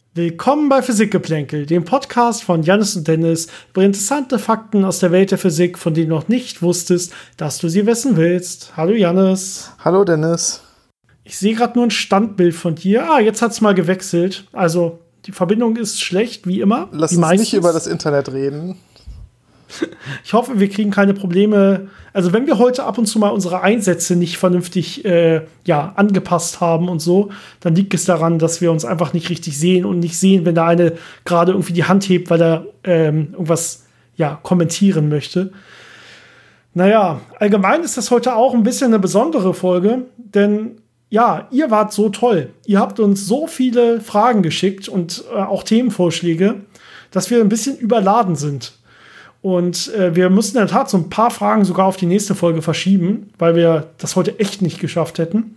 Willkommen bei Physikgeplänkel, dem Podcast von Jannis und Dennis über interessante Fakten aus der Welt der Physik, von denen du noch nicht wusstest, dass du sie wissen willst. Hallo Jannis. Hallo Dennis. Ich sehe gerade nur ein Standbild von dir. Jetzt hat es mal gewechselt. Also die Verbindung ist schlecht, wie immer. Lass uns nicht über das Internet reden. Ich hoffe, wir kriegen keine Probleme. Also wenn wir heute ab und zu mal unsere Einsätze nicht vernünftig angepasst haben und so, dann liegt es daran, dass wir uns einfach nicht richtig sehen und nicht sehen, wenn da eine gerade irgendwie die Hand hebt, weil er irgendwas kommentieren möchte. Naja, allgemein ist das heute auch ein bisschen eine besondere Folge, denn ihr wart so toll. Ihr habt uns so viele Fragen geschickt und auch Themenvorschläge, dass wir ein bisschen überladen sind. Und wir mussten in der Tat so ein paar Fragen sogar auf die nächste Folge verschieben, weil wir das heute echt nicht geschafft hätten.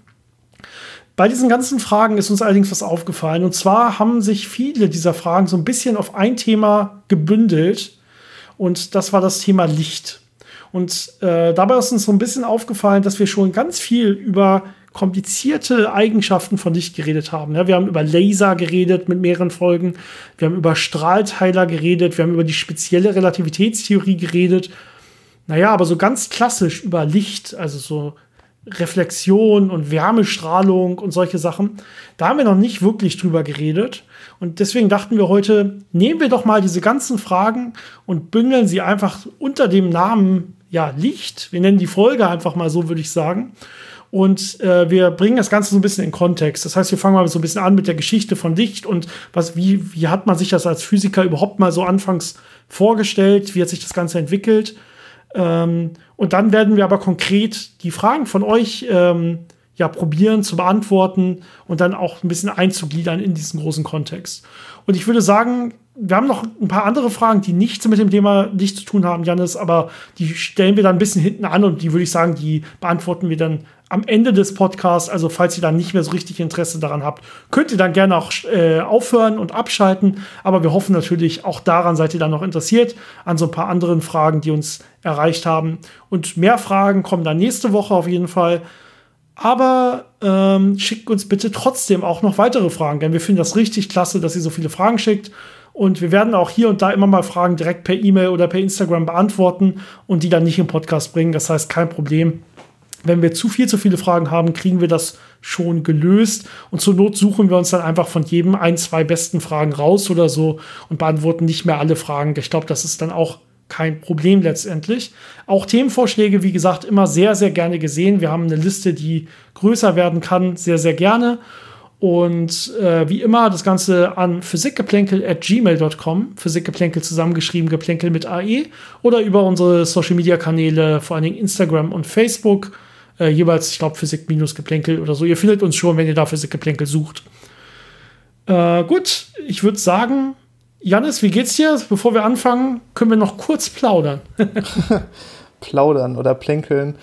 Bei diesen ganzen Fragen ist uns allerdings was aufgefallen. Und zwar haben sich viele dieser Fragen so ein bisschen auf ein Thema gebündelt. Und das war das Thema Licht. Und dabei ist uns so ein bisschen aufgefallen, dass wir schon ganz viel über komplizierte Eigenschaften von Licht geredet haben. Ja, wir haben über Laser geredet mit mehreren Folgen. Wir haben über Strahlteiler geredet. Wir haben über die spezielle Relativitätstheorie geredet. Aber so ganz klassisch über Licht, also so Reflexion und Wärmestrahlung und solche Sachen, da haben wir noch nicht wirklich drüber geredet. Und deswegen dachten wir heute, nehmen wir doch mal diese ganzen Fragen und bündeln sie einfach unter dem Namen Licht. Wir nennen die Folge einfach mal so, würde ich sagen. Und wir bringen das Ganze so ein bisschen in Kontext. Das heißt, wir fangen mal so ein bisschen an mit der Geschichte von Licht und wie hat man sich das als Physiker überhaupt mal so anfangs vorgestellt? Wie hat sich das Ganze entwickelt? Und dann werden wir aber konkret die Fragen von euch probieren zu beantworten und dann auch ein bisschen einzugliedern in diesen großen Kontext. Und ich würde sagen, wir haben noch ein paar andere Fragen, die nichts mit dem Thema Licht zu tun haben, Jannis, aber die stellen wir dann ein bisschen hinten an und die würde ich sagen, die beantworten wir dann am Ende des Podcasts. Also falls ihr dann nicht mehr so richtig Interesse daran habt, könnt ihr dann gerne auch aufhören und abschalten. Aber wir hoffen natürlich, auch daran seid ihr dann noch interessiert, an so ein paar anderen Fragen, die uns erreicht haben. Und mehr Fragen kommen dann nächste Woche auf jeden Fall. Aber schickt uns bitte trotzdem auch noch weitere Fragen, denn wir finden das richtig klasse, dass ihr so viele Fragen schickt. Und wir werden auch hier und da immer mal Fragen direkt per E-Mail oder per Instagram beantworten und die dann nicht im Podcast bringen. Das heißt, kein Problem. Wenn wir zu viele Fragen haben, kriegen wir das schon gelöst. Und zur Not suchen wir uns dann einfach von jedem 1, 2 besten Fragen raus oder so und beantworten nicht mehr alle Fragen. Ich glaube, das ist dann auch kein Problem letztendlich. Auch Themenvorschläge, wie gesagt, immer sehr, sehr gerne gesehen. Wir haben eine Liste, die größer werden kann, sehr, sehr gerne. Und wie immer das Ganze an physikgeplänkel@gmail.com, Physikgeplänkel zusammengeschrieben, Geplänkel mit AE, oder über unsere Social-Media-Kanäle, vor allen Dingen Instagram und Facebook, jeweils, ich glaube, Physik-Geplänkel oder so. Ihr findet uns schon, wenn ihr da Physikgeplänkel sucht. Gut, ich würde sagen, Jannis, wie geht's dir? Bevor wir anfangen, können wir noch kurz plaudern. Plaudern oder plänkeln.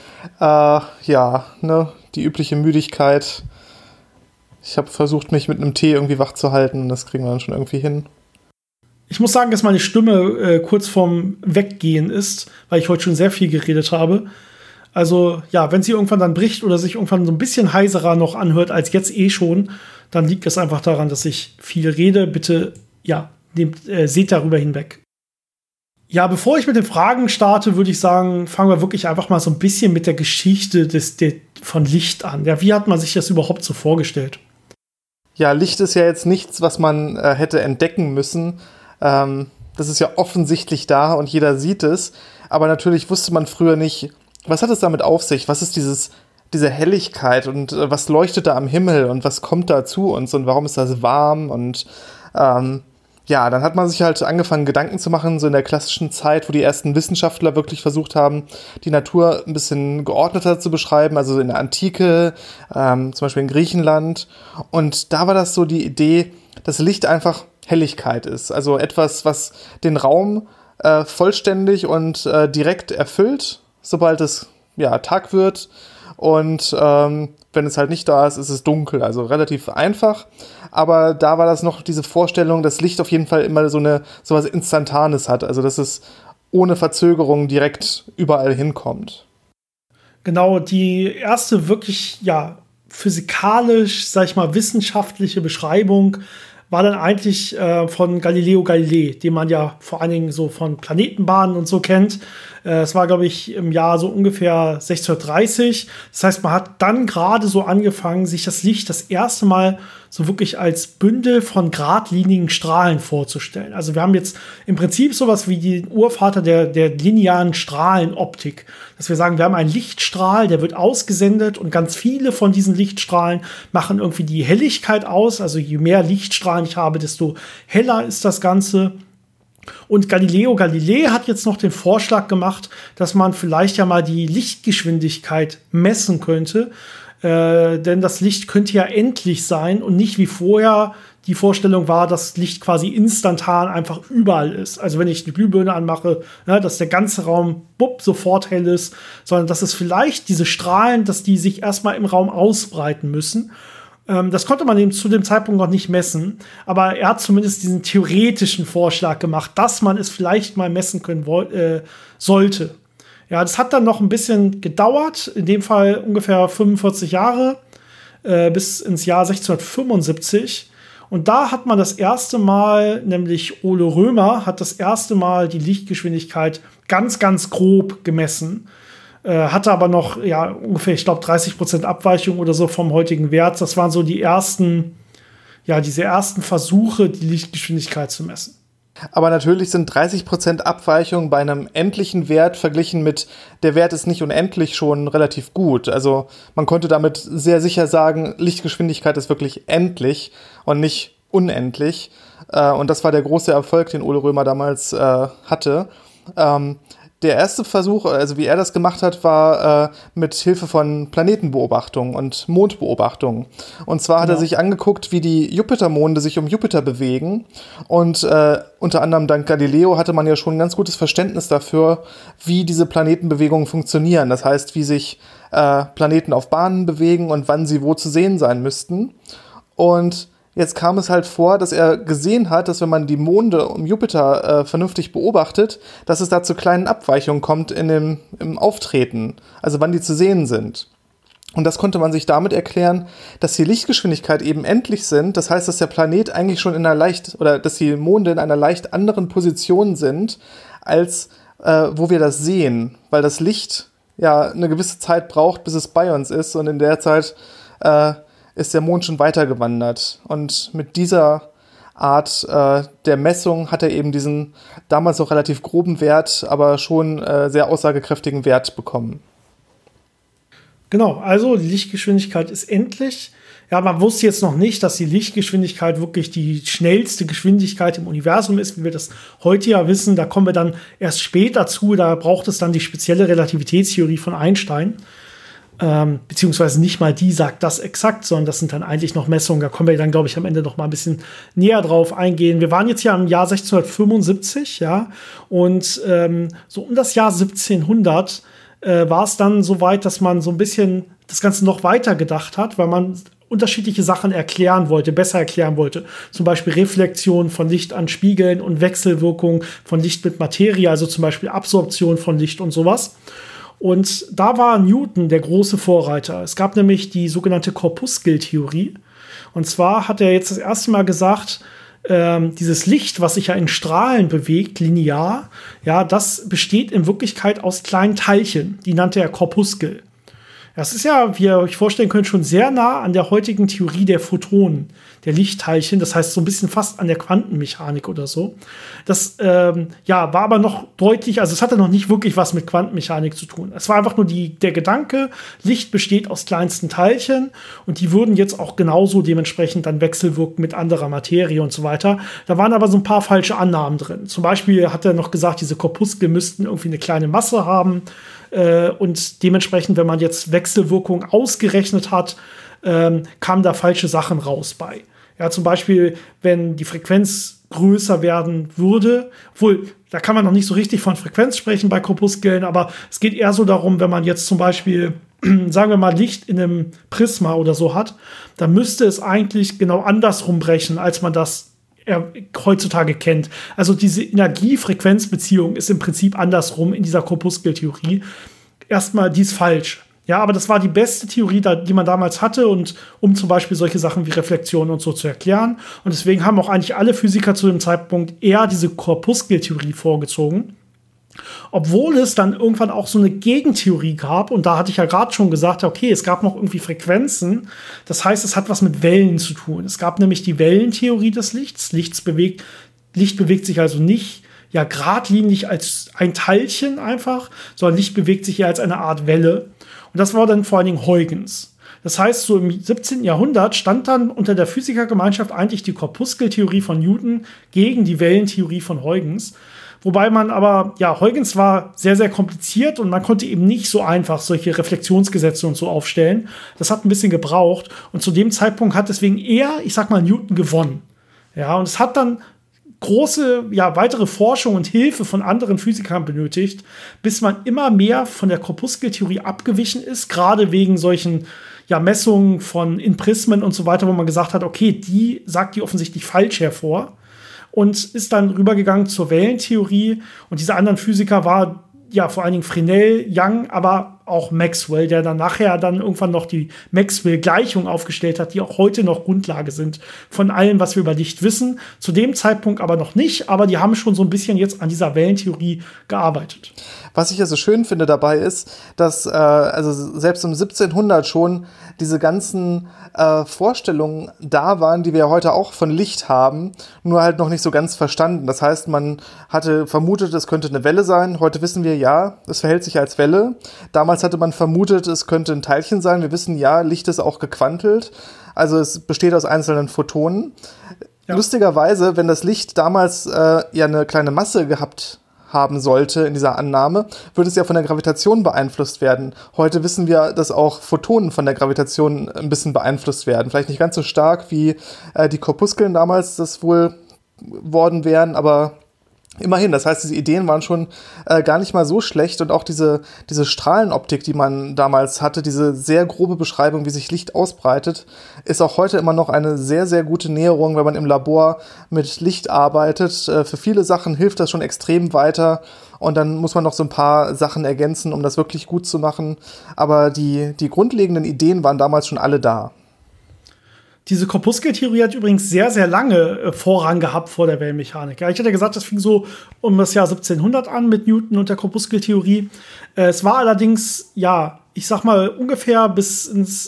Die übliche Müdigkeit. Ich habe versucht, mich mit einem Tee irgendwie wach zu halten. Das kriegen wir dann schon irgendwie hin. Ich muss sagen, dass meine Stimme kurz vorm Weggehen ist, weil ich heute schon sehr viel geredet habe. Also, wenn sie irgendwann dann bricht oder sich irgendwann so ein bisschen heiserer noch anhört als jetzt schon, dann liegt es einfach daran, dass ich viel rede. Bitte, seht darüber hinweg. Bevor ich mit den Fragen starte, würde ich sagen, fangen wir wirklich einfach mal so ein bisschen mit der Geschichte von Licht an. Wie hat man sich das überhaupt so vorgestellt? Ja, Licht ist ja jetzt nichts, was man hätte entdecken müssen. Das ist ja offensichtlich da und jeder sieht es. Aber natürlich wusste man früher nicht, was hat es damit auf sich? Was ist diese Helligkeit und was leuchtet da am Himmel und was kommt da zu uns und warum ist das warm? Und dann hat man sich halt angefangen, Gedanken zu machen, so in der klassischen Zeit, wo die ersten Wissenschaftler wirklich versucht haben, die Natur ein bisschen geordneter zu beschreiben, also in der Antike, zum Beispiel in Griechenland. Und da war das so die Idee, dass Licht einfach Helligkeit ist. Also etwas, was den Raum vollständig und direkt erfüllt, sobald es Tag wird. Und wenn es halt nicht da ist, ist es dunkel. Also relativ einfach. Aber da war das noch diese Vorstellung, dass Licht auf jeden Fall immer sowas Instantanes hat. Also dass es ohne Verzögerung direkt überall hinkommt. Genau, die erste wirklich, physikalisch, sag ich mal, wissenschaftliche Beschreibung war dann eigentlich von Galileo Galilei, den man ja vor allen Dingen so von Planetenbahnen und so kennt. Es war, glaube ich, im Jahr so ungefähr 1630. Das heißt, man hat dann gerade so angefangen, sich das Licht das erste Mal so wirklich als Bündel von geradlinigen Strahlen vorzustellen. Also wir haben jetzt im Prinzip sowas wie den Urvater der linearen Strahlenoptik. Dass wir sagen, wir haben einen Lichtstrahl, der wird ausgesendet und ganz viele von diesen Lichtstrahlen machen irgendwie die Helligkeit aus. Also je mehr Lichtstrahlen ich habe, desto heller ist das Ganze. Und Galileo Galilei hat jetzt noch den Vorschlag gemacht, dass man vielleicht ja mal die Lichtgeschwindigkeit messen könnte. Denn das Licht könnte ja endlich sein und nicht wie vorher die Vorstellung war, dass Licht quasi instantan einfach überall ist. Also wenn ich eine Glühbirne anmache, dass der ganze Raum sofort hell ist, sondern dass es vielleicht diese Strahlen, dass die sich erstmal im Raum ausbreiten müssen. Das konnte man eben zu dem Zeitpunkt noch nicht messen, aber er hat zumindest diesen theoretischen Vorschlag gemacht, dass man es vielleicht mal messen können sollte. Ja, das hat dann noch ein bisschen gedauert, in dem Fall ungefähr 45 Jahre, bis ins Jahr 1675. Und da hat man das erste Mal, nämlich Ole Römer, hat das erste Mal die Lichtgeschwindigkeit ganz, ganz grob gemessen. Hatte aber noch, ungefähr, ich glaube, 30% Abweichung oder so vom heutigen Wert. Das waren so diese ersten Versuche, die Lichtgeschwindigkeit zu messen. Aber natürlich sind 30% Abweichung bei einem endlichen Wert verglichen mit der Wert ist nicht unendlich schon relativ gut. Also man konnte damit sehr sicher sagen, Lichtgeschwindigkeit ist wirklich endlich und nicht unendlich. Und das war der große Erfolg, den Ole Römer damals hatte. Der erste Versuch, also wie er das gemacht hat, war mit Hilfe von Planetenbeobachtungen und Mondbeobachtungen. Und zwar hat er sich angeguckt, wie die Jupitermonde sich um Jupiter bewegen. Und unter anderem dank Galileo hatte man ja schon ein ganz gutes Verständnis dafür, wie diese Planetenbewegungen funktionieren. Das heißt, wie sich Planeten auf Bahnen bewegen und wann sie wo zu sehen sein müssten. Und jetzt kam es halt vor, dass er gesehen hat, dass wenn man die Monde um Jupiter vernünftig beobachtet, dass es da zu kleinen Abweichungen kommt im Auftreten, also wann die zu sehen sind. Und das konnte man sich damit erklären, dass die Lichtgeschwindigkeit eben endlich sind. Das heißt, dass der Planet eigentlich schon dass die Monde in einer leicht anderen Position sind, als wo wir das sehen, weil das Licht ja eine gewisse Zeit braucht, bis es bei uns ist und in der Zeit ist der Mond schon weitergewandert. Und mit dieser Art der Messung hat er eben diesen damals noch relativ groben Wert, aber schon sehr aussagekräftigen Wert bekommen. Genau, also die Lichtgeschwindigkeit ist endlich. Ja, man wusste jetzt noch nicht, dass die Lichtgeschwindigkeit wirklich die schnellste Geschwindigkeit im Universum ist, wie wir das heute ja wissen. Da kommen wir dann erst später zu. Da braucht es dann die spezielle Relativitätstheorie von Einstein. Beziehungsweise nicht mal die sagt das exakt, sondern das sind dann eigentlich noch Messungen. Da kommen wir dann, glaube ich, am Ende noch mal ein bisschen näher drauf eingehen. Wir waren jetzt ja im Jahr 1675, ja, und so um das Jahr 1700 war es dann so weit, dass man so ein bisschen das Ganze noch weiter gedacht hat, weil man unterschiedliche Sachen besser erklären wollte. Zum Beispiel Reflexion von Licht an Spiegeln und Wechselwirkung von Licht mit Materie, also zum Beispiel Absorption von Licht und sowas. Und da war Newton der große Vorreiter. Es gab nämlich die sogenannte Korpuskeltheorie. Und zwar hat er jetzt das erste Mal gesagt, dieses Licht, was sich ja in Strahlen bewegt, linear, ja, das besteht in Wirklichkeit aus kleinen Teilchen. Die nannte er Korpuskel. Das ist ja, wie ihr euch vorstellen könnt, schon sehr nah an der heutigen Theorie der Photonen, der Lichtteilchen. Das heißt, so ein bisschen fast an der Quantenmechanik oder so. Das war aber noch deutlich, also es hatte noch nicht wirklich was mit Quantenmechanik zu tun. Es war einfach nur der Gedanke, Licht besteht aus kleinsten Teilchen und die würden jetzt auch genauso dementsprechend dann wechselwirken mit anderer Materie und so weiter. Da waren aber so ein paar falsche Annahmen drin. Zum Beispiel hat er noch gesagt, diese Korpuskel müssten irgendwie eine kleine Masse haben. Und dementsprechend, wenn man jetzt Wechselwirkung ausgerechnet hat, kamen da falsche Sachen raus bei. Ja, zum Beispiel, wenn die Frequenz größer werden würde, obwohl, da kann man noch nicht so richtig von Frequenz sprechen bei Korpuskeln, aber es geht eher so darum, wenn man jetzt zum Beispiel, sagen wir mal, Licht in einem Prisma oder so hat, dann müsste es eigentlich genau andersrum brechen, als man das heutzutage kennt. Also diese Energie-Frequenz-Beziehung ist im Prinzip andersrum in dieser Korpuskeltheorie. Erstmal, die ist falsch. Ja, aber das war die beste Theorie, die man damals hatte, und um zum Beispiel solche Sachen wie Reflexion und so zu erklären. Und deswegen haben auch eigentlich alle Physiker zu dem Zeitpunkt eher diese Korpuskeltheorie vorgezogen. Obwohl es dann irgendwann auch so eine Gegentheorie gab, und da hatte ich ja gerade schon gesagt, okay, es gab noch irgendwie Frequenzen. Das heißt, es hat was mit Wellen zu tun. Es gab nämlich die Wellentheorie des Lichts. Licht bewegt sich also nicht ja geradlinig als ein Teilchen einfach, sondern Licht bewegt sich ja als eine Art Welle. Und das war dann vor allen Dingen Huygens. Das heißt, so im 17. Jahrhundert stand dann unter der Physikergemeinschaft eigentlich die Korpuskeltheorie von Newton gegen die Wellentheorie von Huygens. Wobei man aber, ja, Huygens war sehr, sehr kompliziert und man konnte eben nicht so einfach solche Reflexionsgesetze und so aufstellen. Das hat ein bisschen gebraucht und zu dem Zeitpunkt hat deswegen eher, ich sag mal, Newton gewonnen. Ja, und es hat dann große, ja, weitere Forschung und Hilfe von anderen Physikern benötigt, bis man immer mehr von der Korpuskeltheorie abgewichen ist, gerade wegen solchen, ja, Messungen in Prismen und so weiter, wo man gesagt hat, okay, die sagt die offensichtlich falsch hervor. Und ist dann rübergegangen zur Wellentheorie. Und diese anderen Physiker war ja vor allen Dingen Fresnel, Young, aber auch Maxwell, der dann nachher dann irgendwann noch die Maxwell-Gleichung aufgestellt hat, die auch heute noch Grundlage sind von allem, was wir über Licht wissen. Zu dem Zeitpunkt aber noch nicht, aber die haben schon so ein bisschen jetzt an dieser Wellentheorie gearbeitet. Was ich ja so schön finde dabei ist, dass also selbst um 1700 schon diese ganzen Vorstellungen da waren, die wir heute auch von Licht haben, nur halt noch nicht so ganz verstanden. Das heißt, man hatte vermutet, es könnte eine Welle sein. Heute wissen wir, ja, es verhält sich als Welle. Damals hatte man vermutet, es könnte ein Teilchen sein. Wir wissen, ja, Licht ist auch gequantelt. Also es besteht aus einzelnen Photonen. Ja. Lustigerweise, wenn das Licht damals ja eine kleine Masse gehabt haben sollte in dieser Annahme, würde es ja von der Gravitation beeinflusst werden. Heute wissen wir, dass auch Photonen von der Gravitation ein bisschen beeinflusst werden. Vielleicht nicht ganz so stark, wie die Korpuskeln damals das wohl worden wären, aber immerhin. Das heißt, diese Ideen waren schon gar nicht mal so schlecht und auch diese Strahlenoptik, die man damals hatte, diese sehr grobe Beschreibung, wie sich Licht ausbreitet, ist auch heute immer noch eine sehr, sehr gute Näherung, wenn man im Labor mit Licht arbeitet. Für viele Sachen hilft das schon extrem weiter und dann muss man noch so ein paar Sachen ergänzen, um das wirklich gut zu machen. Aber die grundlegenden Ideen waren damals schon alle da. Diese Korpuskeltheorie hat übrigens sehr, sehr lange Vorrang gehabt vor der Wellenmechanik. Ja, ich hatte gesagt, das fing so um das Jahr 1700 an mit Newton und der Korpuskeltheorie. Es war allerdings, ja, ich sag mal ungefähr bis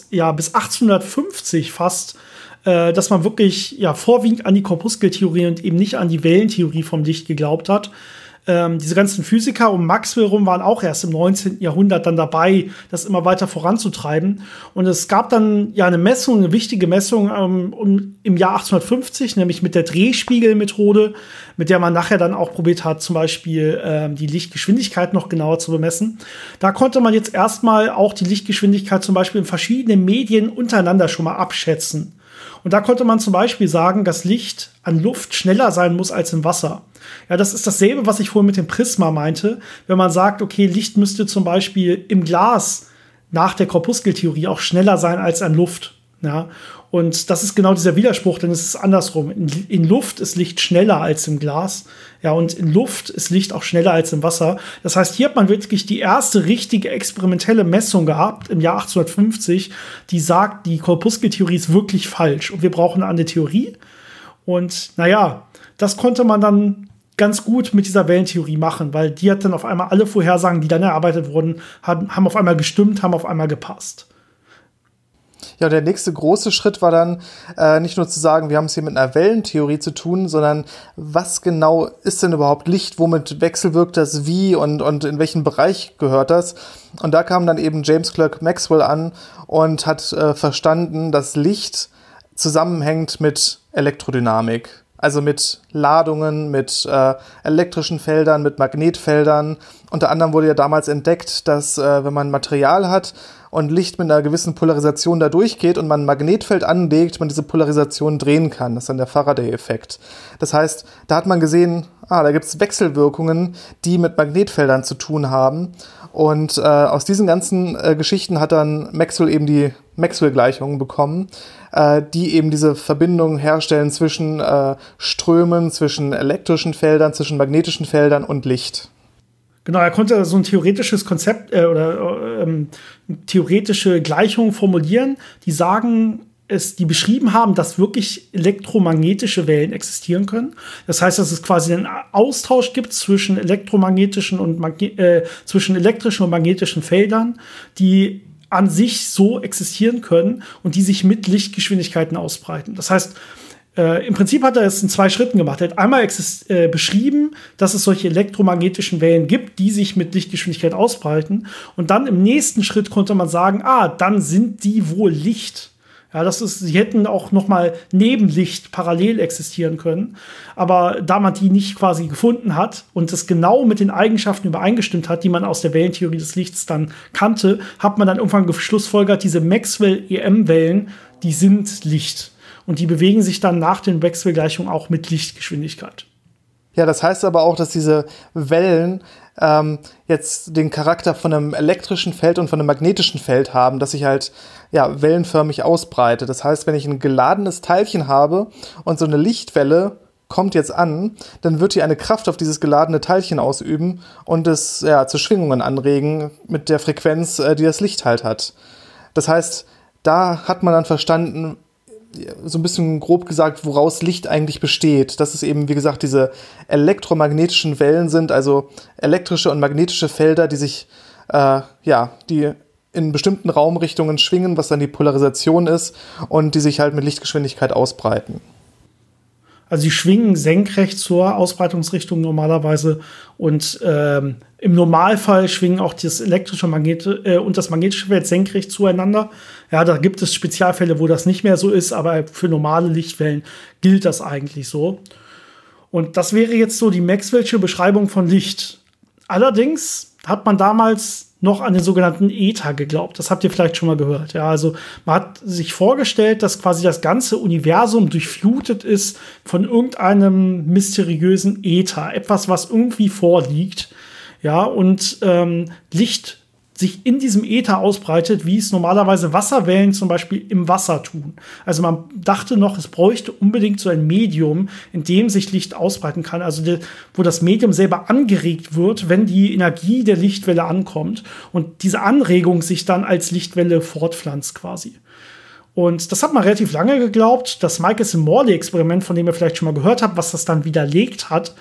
1850 fast, dass man wirklich ja vorwiegend an die Korpuskeltheorie und eben nicht an die Wellentheorie vom Licht geglaubt hat. Diese ganzen Physiker um Maxwell rum waren auch erst im 19. Jahrhundert dann dabei, das immer weiter voranzutreiben. Und es gab dann ja eine wichtige Messung im Jahr 1850, nämlich mit der Drehspiegelmethode, mit der man nachher dann auch probiert hat, zum Beispiel die Lichtgeschwindigkeit noch genauer zu bemessen. Da konnte man jetzt erstmal auch die Lichtgeschwindigkeit zum Beispiel in verschiedenen Medien untereinander schon mal abschätzen. Und da konnte man zum Beispiel sagen, dass Licht an Luft schneller sein muss als im Wasser. Ja, das ist dasselbe, was ich vorhin mit dem Prisma meinte. Wenn man sagt, okay, Licht müsste zum Beispiel im Glas nach der Korpuskeltheorie auch schneller sein als an Luft. Ja, und das ist genau dieser Widerspruch, denn es ist andersrum. In Luft ist Licht schneller als im Glas. Ja, und in Luft ist Licht auch schneller als im Wasser. Das heißt, hier hat man wirklich die erste richtige experimentelle Messung gehabt im Jahr 1850, die sagt, die Korpuskeltheorie ist wirklich falsch und wir brauchen eine andere Theorie. Und naja, das konnte man dann ganz gut mit dieser Wellentheorie machen, weil die hat dann auf einmal alle Vorhersagen, die dann erarbeitet wurden, haben auf einmal gestimmt, haben auf einmal gepasst. Ja, und der nächste große Schritt war dann nicht nur zu sagen, wir haben es hier mit einer Wellentheorie zu tun, sondern was genau ist denn überhaupt Licht, womit wechselwirkt das wie und in welchen Bereich gehört das? Und da kam dann eben James Clerk Maxwell an und hat verstanden, dass Licht zusammenhängt mit Elektrodynamik. Also mit Ladungen, mit elektrischen Feldern, mit Magnetfeldern. Unter anderem wurde ja damals entdeckt, dass wenn man Material hat und Licht mit einer gewissen Polarisation da durchgeht und man ein Magnetfeld anlegt, man diese Polarisation drehen kann. Das ist dann der Faraday-Effekt. Das heißt, da hat man gesehen, da gibt es Wechselwirkungen, die mit Magnetfeldern zu tun haben. Und aus diesen ganzen Geschichten hat dann Maxwell eben die Maxwell-Gleichungen bekommen, die eben diese Verbindung herstellen zwischen Strömen, zwischen elektrischen Feldern, zwischen magnetischen Feldern und Licht. Genau, er konnte so ein theoretisches Konzept theoretische Gleichungen formulieren, die beschrieben haben, dass wirklich elektromagnetische Wellen existieren können. Das heißt, dass es quasi einen Austausch gibt zwischen elektrischen und magnetischen Feldern, die an sich so existieren können und die sich mit Lichtgeschwindigkeiten ausbreiten. Das heißt, im Prinzip hat er es in 2 Schritten gemacht. Er hat einmal beschrieben, dass es solche elektromagnetischen Wellen gibt, die sich mit Lichtgeschwindigkeit ausbreiten. Und dann im nächsten Schritt konnte man sagen, dann sind die wohl Licht. Ja, sie hätten auch noch mal neben Licht parallel existieren können. Aber da man die nicht quasi gefunden hat und es genau mit den Eigenschaften übereingestimmt hat, die man aus der Wellentheorie des Lichts dann kannte, hat man dann irgendwann geschlussfolgert, diese Maxwell-EM-Wellen, die sind Licht. Und die bewegen sich dann nach den Maxwell-Gleichungen auch mit Lichtgeschwindigkeit. Ja, das heißt aber auch, dass diese Wellen jetzt den Charakter von einem elektrischen Feld und von einem magnetischen Feld haben, das sich halt wellenförmig ausbreitet. Das heißt, wenn ich ein geladenes Teilchen habe und so eine Lichtwelle kommt jetzt an, dann wird die eine Kraft auf dieses geladene Teilchen ausüben und es zu Schwingungen anregen mit der Frequenz, die das Licht halt hat. Das heißt, da hat man dann verstanden, so ein bisschen grob gesagt, woraus Licht eigentlich besteht. Dass es eben, wie gesagt, diese elektromagnetischen Wellen sind, also elektrische und magnetische Felder, die sich, die in bestimmten Raumrichtungen schwingen, was dann die Polarisation ist, und die sich halt mit Lichtgeschwindigkeit ausbreiten. Also sie schwingen senkrecht zur Ausbreitungsrichtung normalerweise und im Normalfall schwingen auch das elektrische und das magnetische Feld senkrecht zueinander. Ja, da gibt es Spezialfälle, wo das nicht mehr so ist, aber für normale Lichtwellen gilt das eigentlich so. Und das wäre jetzt so die Maxwell'sche Beschreibung von Licht. Allerdings hat man damals noch an den sogenannten Äther geglaubt. Das habt ihr vielleicht schon mal gehört. Ja, also man hat sich vorgestellt, dass quasi das ganze Universum durchflutet ist von irgendeinem mysteriösen Äther. Etwas, was irgendwie vorliegt. Ja, und Licht sich in diesem Äther ausbreitet, wie es normalerweise Wasserwellen zum Beispiel im Wasser tun. Also man dachte noch, es bräuchte unbedingt so ein Medium, in dem sich Licht ausbreiten kann, also wo das Medium selber angeregt wird, wenn die Energie der Lichtwelle ankommt und diese Anregung sich dann als Lichtwelle fortpflanzt quasi. Und das hat man relativ lange geglaubt. Das Michelson-Morley-Experiment, von dem ihr vielleicht schon mal gehört habt, was das dann widerlegt hat,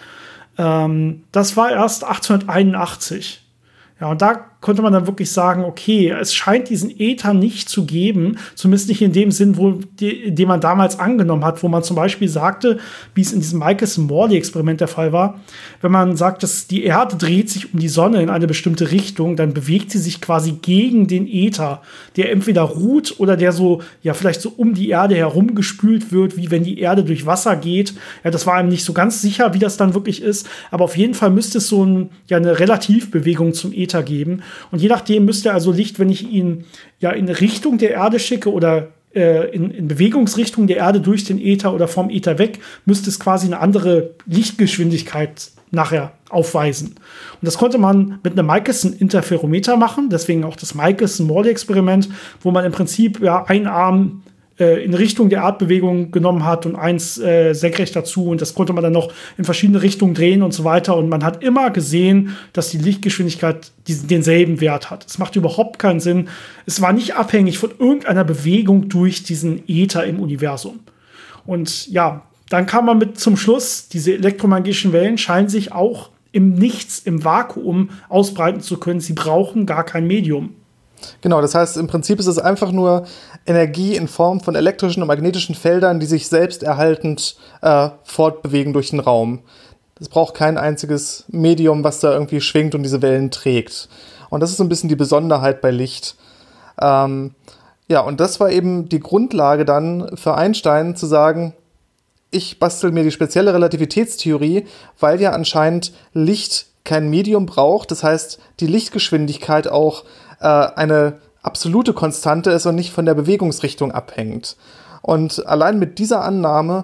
das war erst 1881. Ja, und da konnte man dann wirklich sagen, okay, es scheint diesen Äther nicht zu geben, zumindest nicht in dem Sinn, den man damals angenommen hat, wo man zum Beispiel sagte, wie es in diesem Michelson-Morley-Experiment der Fall war, wenn man sagt, dass die Erde dreht sich um die Sonne in eine bestimmte Richtung, dann bewegt sie sich quasi gegen den Äther, der entweder ruht oder der so, vielleicht so um die Erde herumgespült wird, wie wenn die Erde durch Wasser geht. Ja, das war einem nicht so ganz sicher, wie das dann wirklich ist, aber auf jeden Fall müsste es so eine Relativbewegung zum Äther geben. Und je nachdem müsste also Licht, wenn ich ihn in Richtung der Erde schicke oder in Bewegungsrichtung der Erde durch den Äther oder vom Äther weg, müsste es quasi eine andere Lichtgeschwindigkeit nachher aufweisen. Und das konnte man mit einem Michelson-Interferometer machen, deswegen auch das Michelson-Morley-Experiment, wo man im Prinzip einen Arm in Richtung der Erdbewegung genommen hat und eins senkrecht dazu, und das konnte man dann noch in verschiedene Richtungen drehen und so weiter, und man hat immer gesehen, dass die Lichtgeschwindigkeit denselben Wert hat. Es macht überhaupt keinen Sinn. Es war nicht abhängig von irgendeiner Bewegung durch diesen Äther im Universum. Und dann kam man zum Schluss, diese elektromagnetischen Wellen scheinen sich auch im Nichts, im Vakuum ausbreiten zu können. Sie brauchen gar kein Medium. Genau, das heißt, im Prinzip ist es einfach nur Energie in Form von elektrischen und magnetischen Feldern, die sich selbst erhaltend fortbewegen durch den Raum. Es braucht kein einziges Medium, was da irgendwie schwingt und diese Wellen trägt. Und das ist so ein bisschen die Besonderheit bei Licht. Und das war eben die Grundlage dann für Einstein zu sagen, ich bastel mir die spezielle Relativitätstheorie, weil ja anscheinend Licht kein Medium braucht. Das heißt, die Lichtgeschwindigkeit auch eine absolute Konstante ist und nicht von der Bewegungsrichtung abhängt. Und allein mit dieser Annahme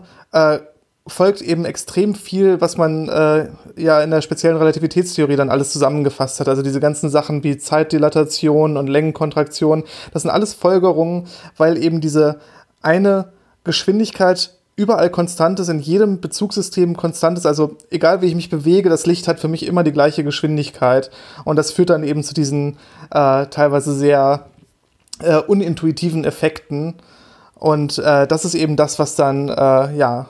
folgt eben extrem viel, was man in der speziellen Relativitätstheorie dann alles zusammengefasst hat. Also diese ganzen Sachen wie Zeitdilatation und Längenkontraktion, das sind alles Folgerungen, weil eben diese eine Geschwindigkeit überall konstant ist, in jedem Bezugssystem konstant ist. Also egal wie ich mich bewege, das Licht hat für mich immer die gleiche Geschwindigkeit. Und das führt dann eben zu diesen teilweise sehr unintuitiven Effekten. Und das ist eben das, was dann nach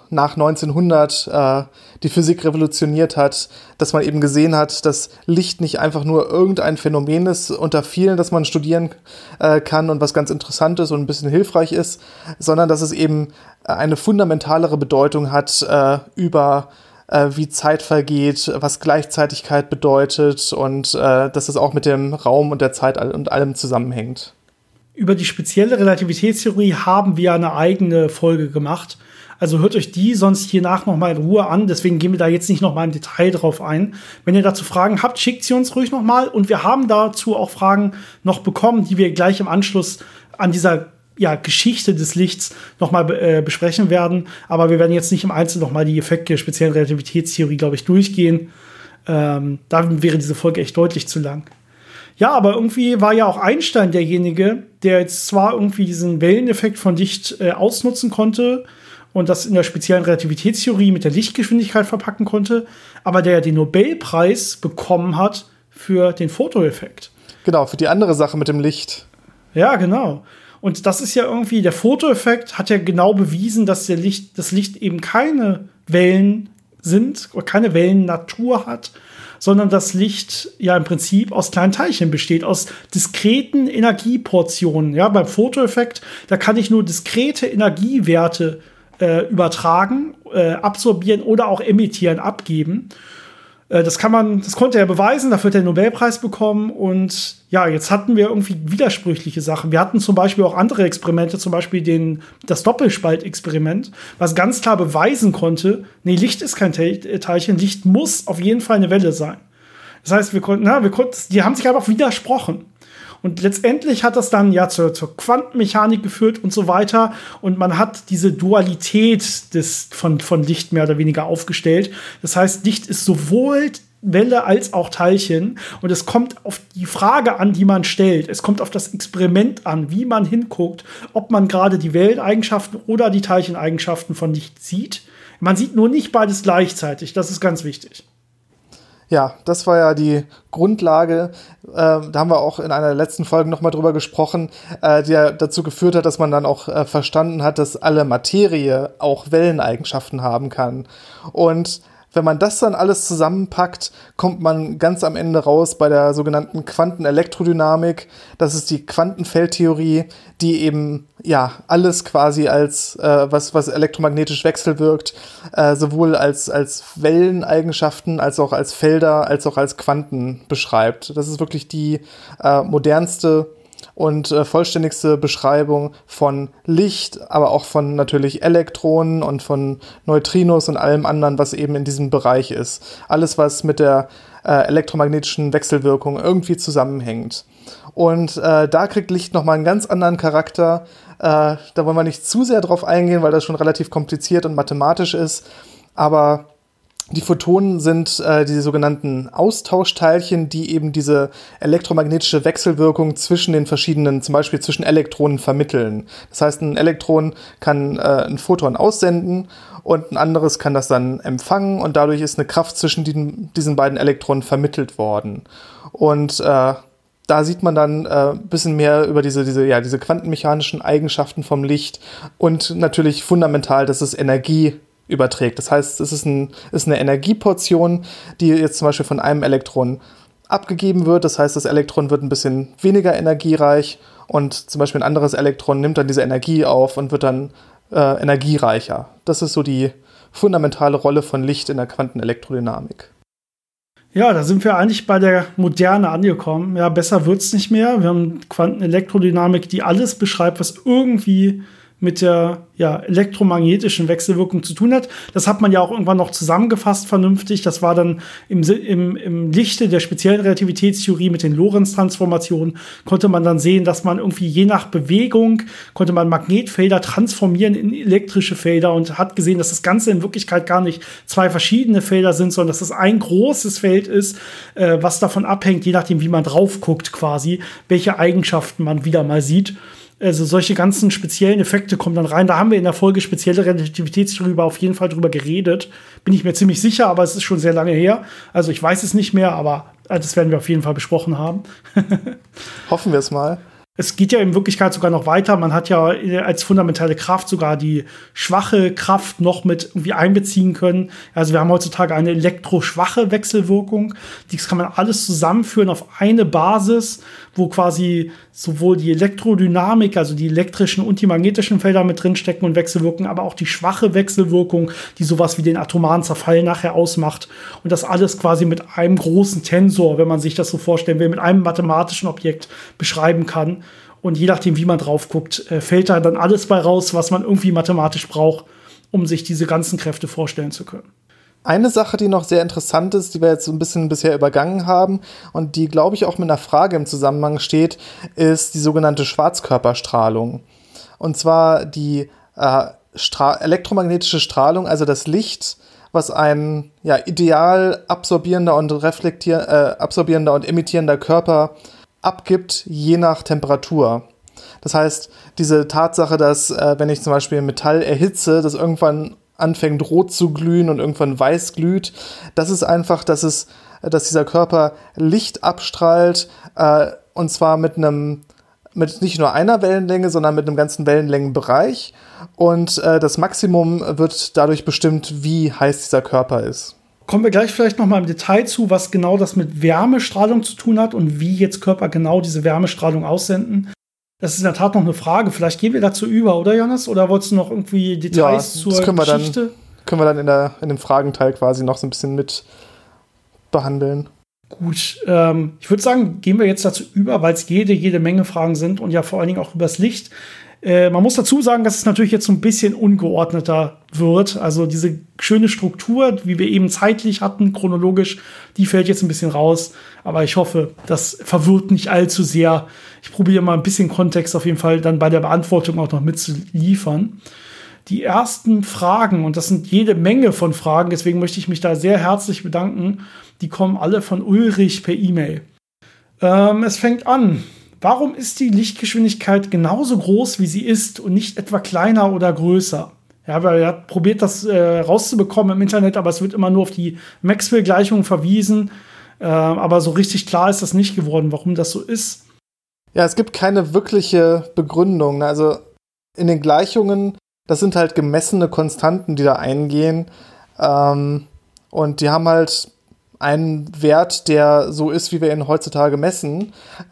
1900 die Physik revolutioniert hat, dass man eben gesehen hat, dass Licht nicht einfach nur irgendein Phänomen ist unter vielen, das man studieren kann und was ganz interessant ist und ein bisschen hilfreich ist, sondern dass es eben eine fundamentalere Bedeutung hat über wie Zeit vergeht, was Gleichzeitigkeit bedeutet und dass es auch mit dem Raum und der Zeit und allem zusammenhängt. Über die spezielle Relativitätstheorie haben wir eine eigene Folge gemacht. Also hört euch die sonst hier nach noch mal in Ruhe an. Deswegen gehen wir da jetzt nicht noch mal im Detail drauf ein. Wenn ihr dazu Fragen habt, schickt sie uns ruhig noch mal. Und wir haben dazu auch Fragen noch bekommen, die wir gleich im Anschluss an dieser Geschichte des Lichts noch mal besprechen werden. Aber wir werden jetzt nicht im Einzelnen noch mal die Effekte der speziellen Relativitätstheorie, glaube ich, durchgehen. Da wäre diese Folge echt deutlich zu lang. Ja, aber irgendwie war ja auch Einstein derjenige, der jetzt zwar irgendwie diesen Welleneffekt von Licht ausnutzen konnte und das in der speziellen Relativitätstheorie mit der Lichtgeschwindigkeit verpacken konnte, aber der den Nobelpreis bekommen hat für den Fotoeffekt. Genau, für die andere Sache mit dem Licht. Ja, genau. Und das ist ja irgendwie, der Fotoeffekt hat ja genau bewiesen, dass das Licht eben keine Wellen sind oder keine Wellennatur hat, sondern das Licht ja im Prinzip aus kleinen Teilchen besteht, aus diskreten Energieportionen. Ja, beim Fotoeffekt, da kann ich nur diskrete Energiewerte übertragen, absorbieren oder auch emittieren, abgeben. Das konnte er beweisen, dafür hat er den Nobelpreis bekommen. Und ja, jetzt hatten wir irgendwie widersprüchliche Sachen. Wir hatten zum Beispiel auch andere Experimente, zum Beispiel das Doppelspaltexperiment, was ganz klar beweisen konnte, nee, Licht ist kein Teilchen, Licht muss auf jeden Fall eine Welle sein. Das heißt, die haben sich einfach widersprochen. Und letztendlich hat das dann ja zur Quantenmechanik geführt und so weiter. Und man hat diese Dualität von Licht mehr oder weniger aufgestellt. Das heißt, Licht ist sowohl Welle als auch Teilchen. Und es kommt auf die Frage an, die man stellt. Es kommt auf das Experiment an, wie man hinguckt, ob man gerade die Welleneigenschaften oder die Teilcheneigenschaften von Licht sieht. Man sieht nur nicht beides gleichzeitig. Das ist ganz wichtig. Ja, das war ja die Grundlage, da haben wir auch in einer der letzten Folgen nochmal drüber gesprochen, die ja dazu geführt hat, dass man dann auch verstanden hat, dass alle Materie auch Welleneigenschaften haben kann. Und wenn man das dann alles zusammenpackt, kommt man ganz am Ende raus bei der sogenannten Quantenelektrodynamik. Das ist die Quantenfeldtheorie, die eben alles quasi als was elektromagnetisch wechselwirkt, sowohl als Welleneigenschaften, als auch als Felder, als auch als Quanten beschreibt. Das ist wirklich die modernste und vollständigste Beschreibung von Licht, aber auch von natürlich Elektronen und von Neutrinos und allem anderen, was eben in diesem Bereich ist. Alles, was mit der elektromagnetischen Wechselwirkung irgendwie zusammenhängt. Und da kriegt Licht nochmal einen ganz anderen Charakter. Da wollen wir nicht zu sehr drauf eingehen, weil das schon relativ kompliziert und mathematisch ist. Aber die Photonen sind die sogenannten Austauschteilchen, die eben diese elektromagnetische Wechselwirkung zwischen den verschiedenen, zum Beispiel zwischen Elektronen vermitteln. Das heißt, ein Elektron kann ein Photon aussenden und ein anderes kann das dann empfangen und dadurch ist eine Kraft zwischen diesen beiden Elektronen vermittelt worden. Und da sieht man dann ein bisschen mehr über diese quantenmechanischen Eigenschaften vom Licht und natürlich fundamental, dass es Energie überträgt. Das heißt, es ist eine Energieportion, die jetzt zum Beispiel von einem Elektron abgegeben wird. Das heißt, das Elektron wird ein bisschen weniger energiereich und zum Beispiel ein anderes Elektron nimmt dann diese Energie auf und wird dann energiereicher. Das ist so die fundamentale Rolle von Licht in der Quantenelektrodynamik. Ja, da sind wir eigentlich bei der Moderne angekommen. Ja, besser wird's nicht mehr. Wir haben Quantenelektrodynamik, die alles beschreibt, was irgendwie mit der elektromagnetischen Wechselwirkung zu tun hat. Das hat man ja auch irgendwann noch zusammengefasst vernünftig. Das war dann im Lichte der speziellen Relativitätstheorie mit den Lorentz-Transformationen konnte man dann sehen, dass man irgendwie je nach Bewegung konnte man Magnetfelder transformieren in elektrische Felder und hat gesehen, dass das Ganze in Wirklichkeit gar nicht zwei verschiedene Felder sind, sondern dass das ein großes Feld ist, was davon abhängt, je nachdem, wie man drauf guckt quasi, welche Eigenschaften man wieder mal sieht. Also solche ganzen speziellen Effekte kommen dann rein. Da haben wir in der Folge spezielle Relativitätstheorie auf jeden Fall drüber geredet. Bin ich mir ziemlich sicher, aber es ist schon sehr lange her. Also ich weiß es nicht mehr, aber das werden wir auf jeden Fall besprochen haben. Hoffen wir es mal. Es geht ja in Wirklichkeit sogar noch weiter. Man hat ja als fundamentale Kraft sogar die schwache Kraft noch mit irgendwie einbeziehen können. Also wir haben heutzutage eine elektroschwache Wechselwirkung. Das kann man alles zusammenführen auf eine Basis, wo quasi sowohl die Elektrodynamik, also die elektrischen und die magnetischen Felder mit drinstecken und wechselwirken, aber auch die schwache Wechselwirkung, die sowas wie den atomaren Zerfall nachher ausmacht. Und das alles quasi mit einem großen Tensor, wenn man sich das so vorstellen will, mit einem mathematischen Objekt beschreiben kann. Und je nachdem, wie man drauf guckt, fällt da dann alles bei raus, was man irgendwie mathematisch braucht, um sich diese ganzen Kräfte vorstellen zu können. Eine Sache, die noch sehr interessant ist, die wir jetzt so ein bisschen bisher übergangen haben und die, glaube ich, auch mit einer Frage im Zusammenhang steht, ist die sogenannte Schwarzkörperstrahlung. Und zwar die elektromagnetische Strahlung, also das Licht, was ein ideal absorbierender und absorbierender und emittierender Körper abgibt, je nach Temperatur. Das heißt, diese Tatsache, dass wenn ich zum Beispiel Metall erhitze, das irgendwann anfängt rot zu glühen und irgendwann weiß glüht, das ist einfach, dass dieser Körper Licht abstrahlt, und zwar mit nicht nur einer Wellenlänge, sondern mit einem ganzen Wellenlängenbereich, und das Maximum wird dadurch bestimmt, wie heiß dieser Körper ist. Kommen wir gleich vielleicht noch mal im Detail zu, was genau das mit Wärmestrahlung zu tun hat und wie jetzt Körper genau diese Wärmestrahlung aussenden. Das ist in der Tat noch eine Frage. Vielleicht gehen wir dazu über, oder Jonas? Oder wolltest du noch irgendwie Details zur Geschichte? Können wir dann in dem Fragenteil quasi noch so ein bisschen mit behandeln. Gut, ich würde sagen, gehen wir jetzt dazu über, weil es jede Menge Fragen sind und ja vor allen Dingen auch übers Licht. Man muss dazu sagen, dass es natürlich jetzt so ein bisschen ungeordneter wird. Also diese schöne Struktur, wie wir eben zeitlich hatten, chronologisch, die fällt jetzt ein bisschen raus. Aber ich hoffe, das verwirrt nicht allzu sehr. Ich probiere mal ein bisschen Kontext auf jeden Fall dann bei der Beantwortung auch noch mitzuliefern. Die ersten Fragen, und das sind jede Menge von Fragen, deswegen möchte ich mich da sehr herzlich bedanken, die kommen alle von Ulrich per E-Mail. Es fängt an. Warum ist die Lichtgeschwindigkeit genauso groß, wie sie ist und nicht etwa kleiner oder größer? Ja, weil er hat probiert, das rauszubekommen im Internet, aber es wird immer nur auf die Maxwell-Gleichung verwiesen. Aber so richtig klar ist das nicht geworden, warum das so ist. Ja, es gibt keine wirkliche Begründung. Also in den Gleichungen, das sind halt gemessene Konstanten, die da eingehen. Und die haben halt einen Wert, der so ist, wie wir ihn heutzutage messen.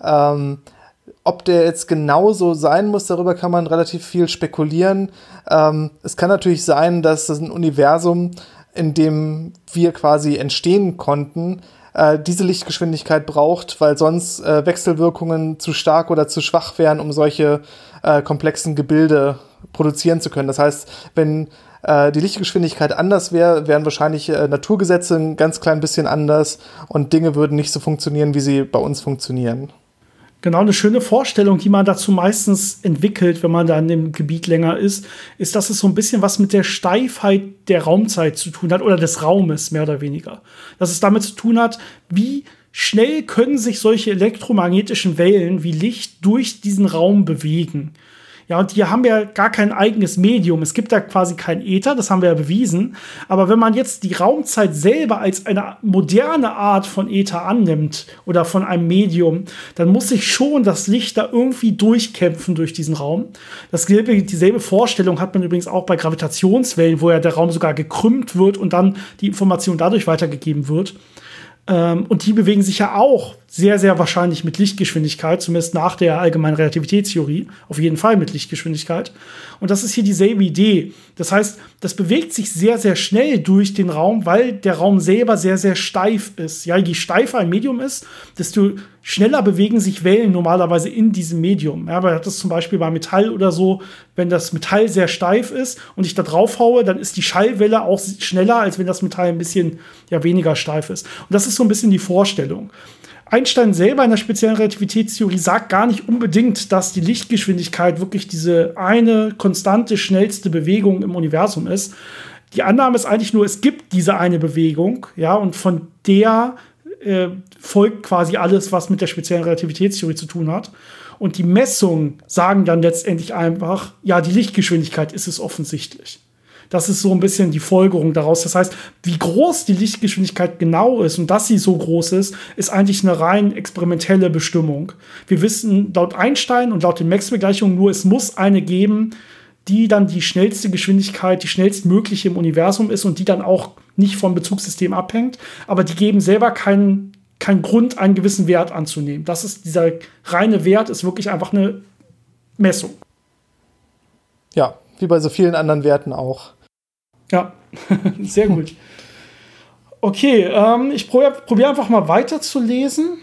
Ob der jetzt genauso sein muss, darüber kann man relativ viel spekulieren. Es kann natürlich sein, dass das ein Universum, in dem wir quasi entstehen konnten, diese Lichtgeschwindigkeit braucht, weil sonst Wechselwirkungen zu stark oder zu schwach wären, um solche komplexen Gebilde produzieren zu können. Das heißt, wenn die Lichtgeschwindigkeit anders wäre, wären wahrscheinlich Naturgesetze ein ganz klein bisschen anders und Dinge würden nicht so funktionieren, wie sie bei uns funktionieren. Genau, eine schöne Vorstellung, die man dazu meistens entwickelt, wenn man da in dem Gebiet länger ist, dass es so ein bisschen was mit der Steifheit der Raumzeit zu tun hat oder des Raumes, mehr oder weniger. Dass es damit zu tun hat, wie schnell können sich solche elektromagnetischen Wellen wie Licht durch diesen Raum bewegen. Ja, und die haben ja gar kein eigenes Medium. Es gibt da quasi kein Äther, das haben wir ja bewiesen. Aber wenn man jetzt die Raumzeit selber als eine moderne Art von Äther annimmt oder von einem Medium, dann muss sich schon das Licht da irgendwie durchkämpfen durch diesen Raum. Dieselbe Vorstellung hat man übrigens auch bei Gravitationswellen, wo ja der Raum sogar gekrümmt wird und dann die Information dadurch weitergegeben wird. Und die bewegen sich ja auch sehr, sehr wahrscheinlich mit Lichtgeschwindigkeit, zumindest nach der allgemeinen Relativitätstheorie, auf jeden Fall mit Lichtgeschwindigkeit. Und das ist hier dieselbe Idee. Das heißt, das bewegt sich sehr, sehr schnell durch den Raum, weil der Raum selber sehr, sehr steif ist. Ja, je steifer ein Medium ist, desto schneller bewegen sich Wellen normalerweise in diesem Medium. Ja, man hat das zum Beispiel bei Metall oder so, wenn das Metall sehr steif ist und ich da drauf haue, dann ist die Schallwelle auch schneller, als wenn das Metall ein bisschen weniger steif ist. Und das ist so ein bisschen die Vorstellung. Einstein selber in der speziellen Relativitätstheorie sagt gar nicht unbedingt, dass die Lichtgeschwindigkeit wirklich diese eine konstante, schnellste Bewegung im Universum ist. Die Annahme ist eigentlich nur, es gibt diese eine Bewegung, ja, und von der folgt quasi alles, was mit der speziellen Relativitätstheorie zu tun hat. Und die Messungen sagen dann letztendlich einfach, ja, die Lichtgeschwindigkeit ist es offensichtlich. Das ist so ein bisschen die Folgerung daraus. Das heißt, wie groß die Lichtgeschwindigkeit genau ist und dass sie so groß ist, ist eigentlich eine rein experimentelle Bestimmung. Wir wissen laut Einstein und laut den Maxwell-Gleichungen nur, es muss eine geben, die dann die schnellste Geschwindigkeit, die schnellstmögliche im Universum ist und die dann auch nicht vom Bezugssystem abhängt. Aber die geben selber keinen Grund, einen gewissen Wert anzunehmen. Das ist dieser reine Wert, ist wirklich einfach eine Messung. Ja, wie bei so vielen anderen Werten auch. Ja, sehr gut. Okay, ich probiere einfach mal weiterzulesen.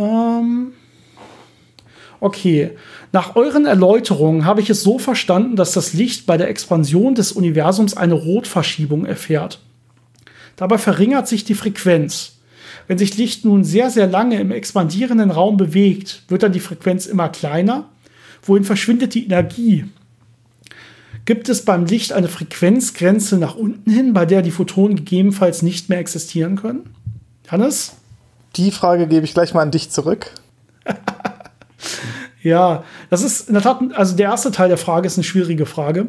Okay, nach euren Erläuterungen habe ich es so verstanden, dass das Licht bei der Expansion des Universums eine Rotverschiebung erfährt. Dabei verringert sich die Frequenz. Wenn sich Licht nun sehr, sehr lange im expandierenden Raum bewegt, wird dann die Frequenz immer kleiner. Wohin verschwindet die Energie? Gibt es beim Licht eine Frequenzgrenze nach unten hin, bei der die Photonen gegebenenfalls nicht mehr existieren können? Hannes? Die Frage gebe ich gleich mal an dich zurück. Ja, das ist in der Tat, also der erste Teil der Frage ist eine schwierige Frage.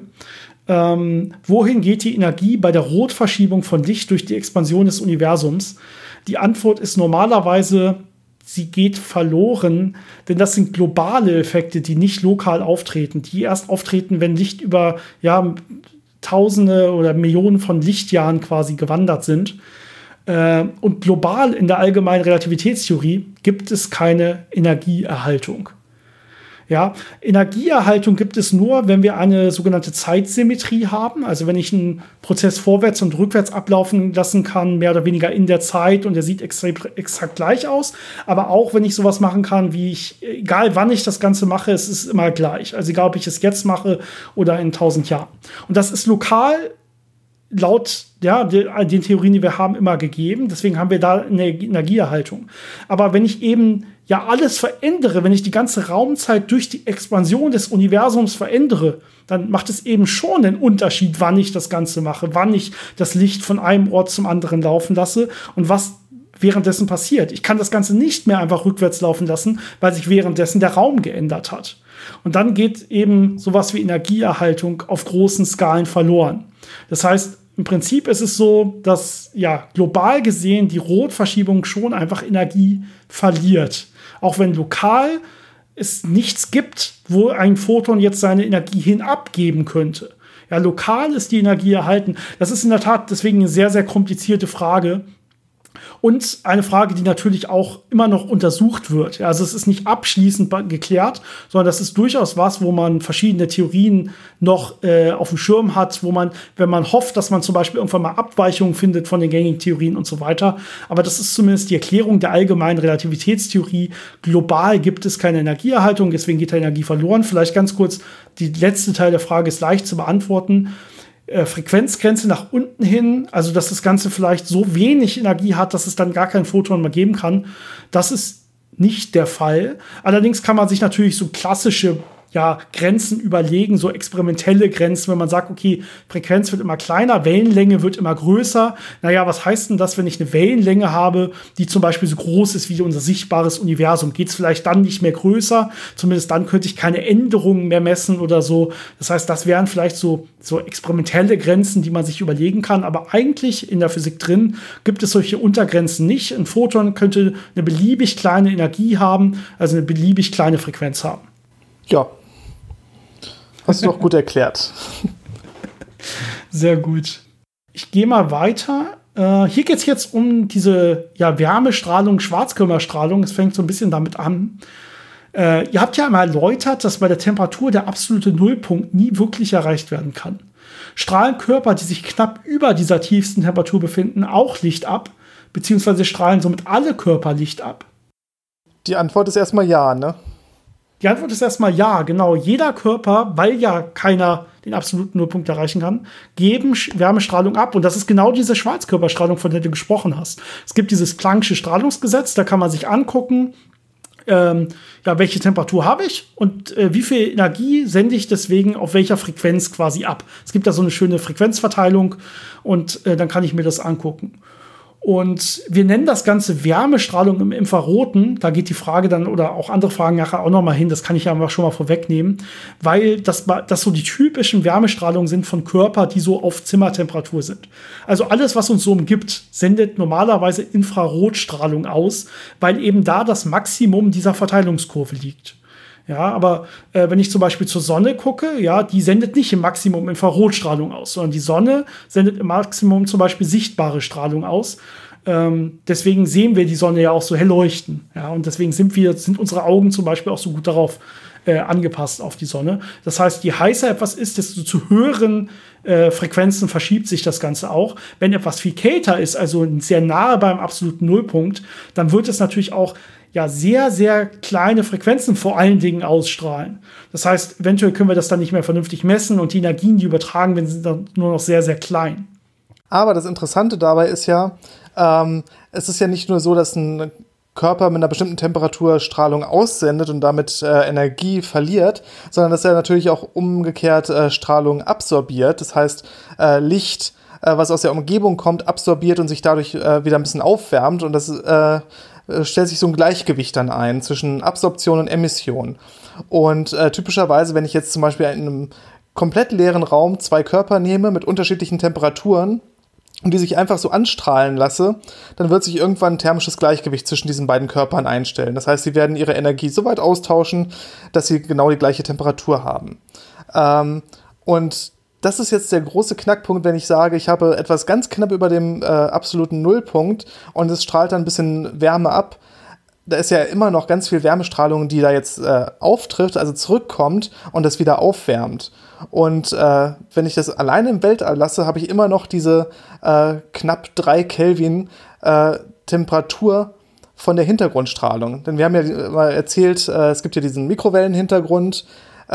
Wohin geht die Energie bei der Rotverschiebung von Licht durch die Expansion des Universums? Die Antwort ist normalerweise, sie geht verloren, denn das sind globale Effekte, die nicht lokal auftreten, die erst auftreten, wenn Licht über Tausende oder Millionen von Lichtjahren quasi gewandert sind. Und global in der allgemeinen Relativitätstheorie gibt es keine Energieerhaltung. Ja, Energieerhaltung gibt es nur, wenn wir eine sogenannte Zeitsymmetrie haben. Also wenn ich einen Prozess vorwärts und rückwärts ablaufen lassen kann, mehr oder weniger in der Zeit und der sieht exakt gleich aus. Aber auch wenn ich sowas machen kann, egal wann ich das Ganze mache, es ist immer gleich. Also egal, ob ich es jetzt mache oder in 1000 Jahren. Und das ist lokal laut den Theorien, die wir haben, immer gegeben. Deswegen haben wir da eine Energieerhaltung. Aber wenn ich eben alles verändere, wenn ich die ganze Raumzeit durch die Expansion des Universums verändere, dann macht es eben schon einen Unterschied, wann ich das Ganze mache, wann ich das Licht von einem Ort zum anderen laufen lasse und was währenddessen passiert. Ich kann das Ganze nicht mehr einfach rückwärts laufen lassen, weil sich währenddessen der Raum geändert hat. Und dann geht eben sowas wie Energieerhaltung auf großen Skalen verloren. Das heißt, im Prinzip ist es so, dass global gesehen die Rotverschiebung schon einfach Energie verliert. Auch wenn lokal es nichts gibt, wo ein Photon jetzt seine Energie hin abgeben könnte. Ja, lokal ist die Energie erhalten. Das ist in der Tat deswegen eine sehr, sehr komplizierte Frage. Und eine Frage, die natürlich auch immer noch untersucht wird. Ja, also es ist nicht abschließend geklärt, sondern das ist durchaus was, wo man verschiedene Theorien noch auf dem Schirm hat, wo man, wenn man hofft, dass man zum Beispiel irgendwann mal Abweichungen findet von den gängigen Theorien und so weiter. Aber das ist zumindest die Erklärung der allgemeinen Relativitätstheorie. Global gibt es keine Energieerhaltung, deswegen geht da Energie verloren. Vielleicht ganz kurz, die letzte Teil der Frage ist leicht zu beantworten. Frequenzgrenze nach unten hin, also dass das Ganze vielleicht so wenig Energie hat, dass es dann gar kein Photon mehr geben kann. Das ist nicht der Fall. Allerdings kann man sich natürlich so klassische Grenzen überlegen, so experimentelle Grenzen, wenn man sagt, okay, Frequenz wird immer kleiner, Wellenlänge wird immer größer. Naja, was heißt denn das, wenn ich eine Wellenlänge habe, die zum Beispiel so groß ist wie unser sichtbares Universum? Geht es vielleicht dann nicht mehr größer? Zumindest dann könnte ich keine Änderungen mehr messen oder so. Das heißt, das wären vielleicht so experimentelle Grenzen, die man sich überlegen kann. Aber eigentlich in der Physik drin gibt es solche Untergrenzen nicht. Ein Photon könnte eine beliebig kleine Energie haben, also eine beliebig kleine Frequenz haben. Ja. Hast du doch gut erklärt. Sehr gut. Ich gehe mal weiter. Hier geht es jetzt um diese Wärmestrahlung, Schwarzkörperstrahlung. Es fängt so ein bisschen damit an. Ihr habt ja einmal erläutert, dass bei der Temperatur der absolute Nullpunkt nie wirklich erreicht werden kann. Strahlen Körper, die sich knapp über dieser tiefsten Temperatur befinden, auch Licht ab? Beziehungsweise strahlen somit alle Körper Licht ab? Die Antwort ist erstmal ja, ne? Die Antwort ist erstmal ja, genau. Jeder Körper, weil ja keiner den absoluten Nullpunkt erreichen kann, geben Wärmestrahlung ab. Und das ist genau diese Schwarzkörperstrahlung, von der du gesprochen hast. Es gibt dieses Planck'sche Strahlungsgesetz, da kann man sich angucken, welche Temperatur habe ich und wie viel Energie sende ich deswegen auf welcher Frequenz quasi ab. Es gibt da so eine schöne Frequenzverteilung und dann kann ich mir das angucken. Und wir nennen das Ganze Wärmestrahlung im Infraroten. Da geht die Frage dann oder auch andere Fragen nachher auch noch mal hin. Das kann ich ja schon mal vorwegnehmen, weil das so die typischen Wärmestrahlungen sind von Körpern, die so auf Zimmertemperatur sind. Also alles, was uns so umgibt, sendet normalerweise Infrarotstrahlung aus, weil eben da das Maximum dieser Verteilungskurve liegt. Ja, aber wenn ich zum Beispiel zur Sonne gucke, ja, die sendet nicht im Maximum Infrarotstrahlung aus, sondern die Sonne sendet im Maximum zum Beispiel sichtbare Strahlung aus. Deswegen sehen wir die Sonne ja auch so hell leuchten. Ja, und deswegen sind unsere Augen zum Beispiel auch so gut darauf angepasst auf die Sonne. Das heißt, je heißer etwas ist, desto zu höheren Frequenzen verschiebt sich das Ganze auch. Wenn etwas viel kälter ist, also sehr nahe beim absoluten Nullpunkt, dann wird es natürlich auch ja sehr, sehr kleine Frequenzen vor allen Dingen ausstrahlen. Das heißt, eventuell können wir das dann nicht mehr vernünftig messen und die Energien, die übertragen werden, sind dann nur noch sehr, sehr klein. Aber das Interessante dabei ist ja, es ist ja nicht nur so, dass ein Körper mit einer bestimmten Temperatur Strahlung aussendet und damit Energie verliert, sondern dass er natürlich auch umgekehrt Strahlung absorbiert. Das heißt, Licht, was aus der Umgebung kommt, absorbiert und sich dadurch wieder ein bisschen aufwärmt. Und das stellt sich so ein Gleichgewicht dann ein zwischen Absorption und Emission. Und typischerweise, wenn ich jetzt zum Beispiel in einem komplett leeren Raum 2 Körper nehme mit unterschiedlichen Temperaturen und die sich einfach so anstrahlen lasse, dann wird sich irgendwann ein thermisches Gleichgewicht zwischen diesen beiden Körpern einstellen. Das heißt, sie werden ihre Energie so weit austauschen, dass sie genau die gleiche Temperatur haben. Und das ist jetzt der große Knackpunkt, wenn ich sage, ich habe etwas ganz knapp über dem absoluten Nullpunkt und es strahlt dann ein bisschen Wärme ab. Da ist ja immer noch ganz viel Wärmestrahlung, die da jetzt auftrifft, also zurückkommt und das wieder aufwärmt. Und wenn ich das alleine im Weltall lasse, habe ich immer noch diese knapp 3 Kelvin Temperatur von der Hintergrundstrahlung. Denn wir haben ja mal erzählt, es gibt ja diesen Mikrowellenhintergrund,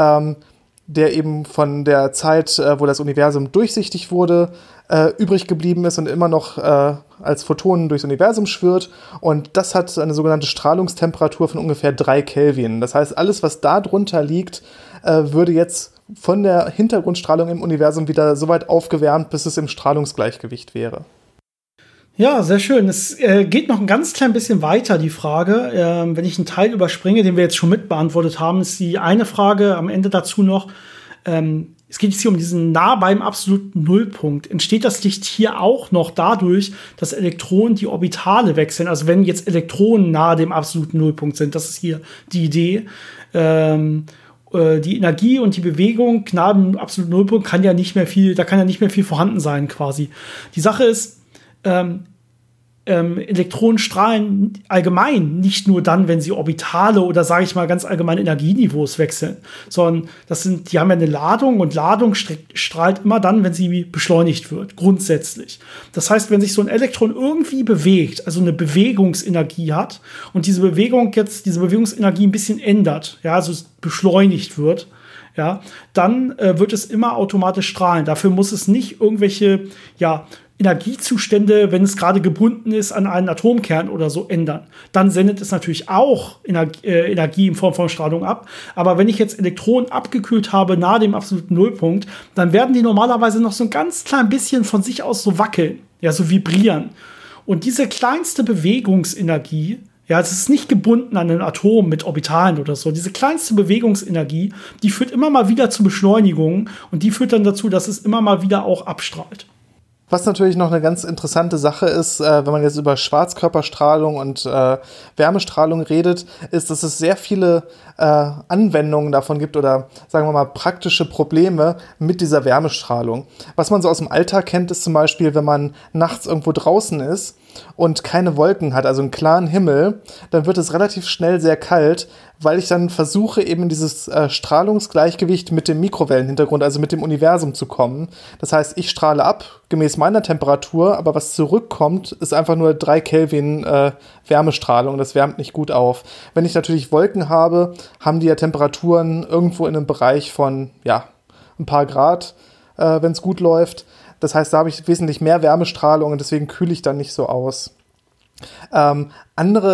der eben von der Zeit, wo das Universum durchsichtig wurde, übrig geblieben ist und immer noch als Photonen durchs Universum schwirrt. Und das hat eine sogenannte Strahlungstemperatur von ungefähr 3 Kelvin. Das heißt, alles, was da drunter liegt, würde jetzt von der Hintergrundstrahlung im Universum wieder so weit aufgewärmt, bis es im Strahlungsgleichgewicht wäre. Ja, sehr schön. Es geht noch ein ganz klein bisschen weiter, die Frage. Wenn ich einen Teil überspringe, den wir jetzt schon mitbeantwortet haben, ist die eine Frage am Ende dazu noch. Es geht jetzt hier um diesen nah beim absoluten Nullpunkt. Entsteht das Licht hier auch noch dadurch, dass Elektronen die Orbitale wechseln? Also wenn jetzt Elektronen nahe dem absoluten Nullpunkt sind, das ist hier die Idee. Die Energie und die Bewegung nahe dem absoluten Nullpunkt kann ja nicht mehr viel vorhanden sein, quasi. Die Sache ist, Elektronen strahlen allgemein nicht nur dann, wenn sie Orbitale oder sage ich mal ganz allgemein Energieniveaus wechseln, sondern die haben ja eine Ladung und Ladung strahlt immer dann, wenn sie beschleunigt wird, grundsätzlich. Das heißt, wenn sich so ein Elektron irgendwie bewegt, also eine Bewegungsenergie hat und diese Bewegungsenergie ein bisschen ändert, ja, also es beschleunigt wird, ja, dann wird es immer automatisch strahlen. Dafür muss es nicht irgendwelche, Energiezustände, wenn es gerade gebunden ist an einen Atomkern oder so, ändern. Dann sendet es natürlich auch Energie in Form von Strahlung ab. Aber wenn ich jetzt Elektronen abgekühlt habe nahe dem absoluten Nullpunkt, dann werden die normalerweise noch so ein ganz klein bisschen von sich aus so wackeln, ja, so vibrieren. Und diese kleinste Bewegungsenergie, ja, es ist nicht gebunden an ein Atom mit Orbitalen oder so. Diese kleinste Bewegungsenergie, die führt immer mal wieder zu Beschleunigungen und die führt dann dazu, dass es immer mal wieder auch abstrahlt. Was natürlich noch eine ganz interessante Sache ist, wenn man jetzt über Schwarzkörperstrahlung und Wärmestrahlung redet, ist, dass es sehr viele Anwendungen davon gibt oder sagen wir mal praktische Probleme mit dieser Wärmestrahlung. Was man so aus dem Alltag kennt, ist zum Beispiel, wenn man nachts irgendwo draußen ist und keine Wolken hat, also einen klaren Himmel, dann wird es relativ schnell sehr kalt, weil ich dann versuche, eben in dieses Strahlungsgleichgewicht mit dem Mikrowellenhintergrund, also mit dem Universum zu kommen. Das heißt, ich strahle ab, gemäß meiner Temperatur, aber was zurückkommt, ist einfach nur 3 Kelvin Wärmestrahlung. Das wärmt nicht gut auf. Wenn ich natürlich Wolken habe, haben die ja Temperaturen irgendwo in einem Bereich von, ein paar Grad, wenn es gut läuft. Das heißt, da habe ich wesentlich mehr Wärmestrahlung und deswegen kühle ich dann nicht so aus. Andere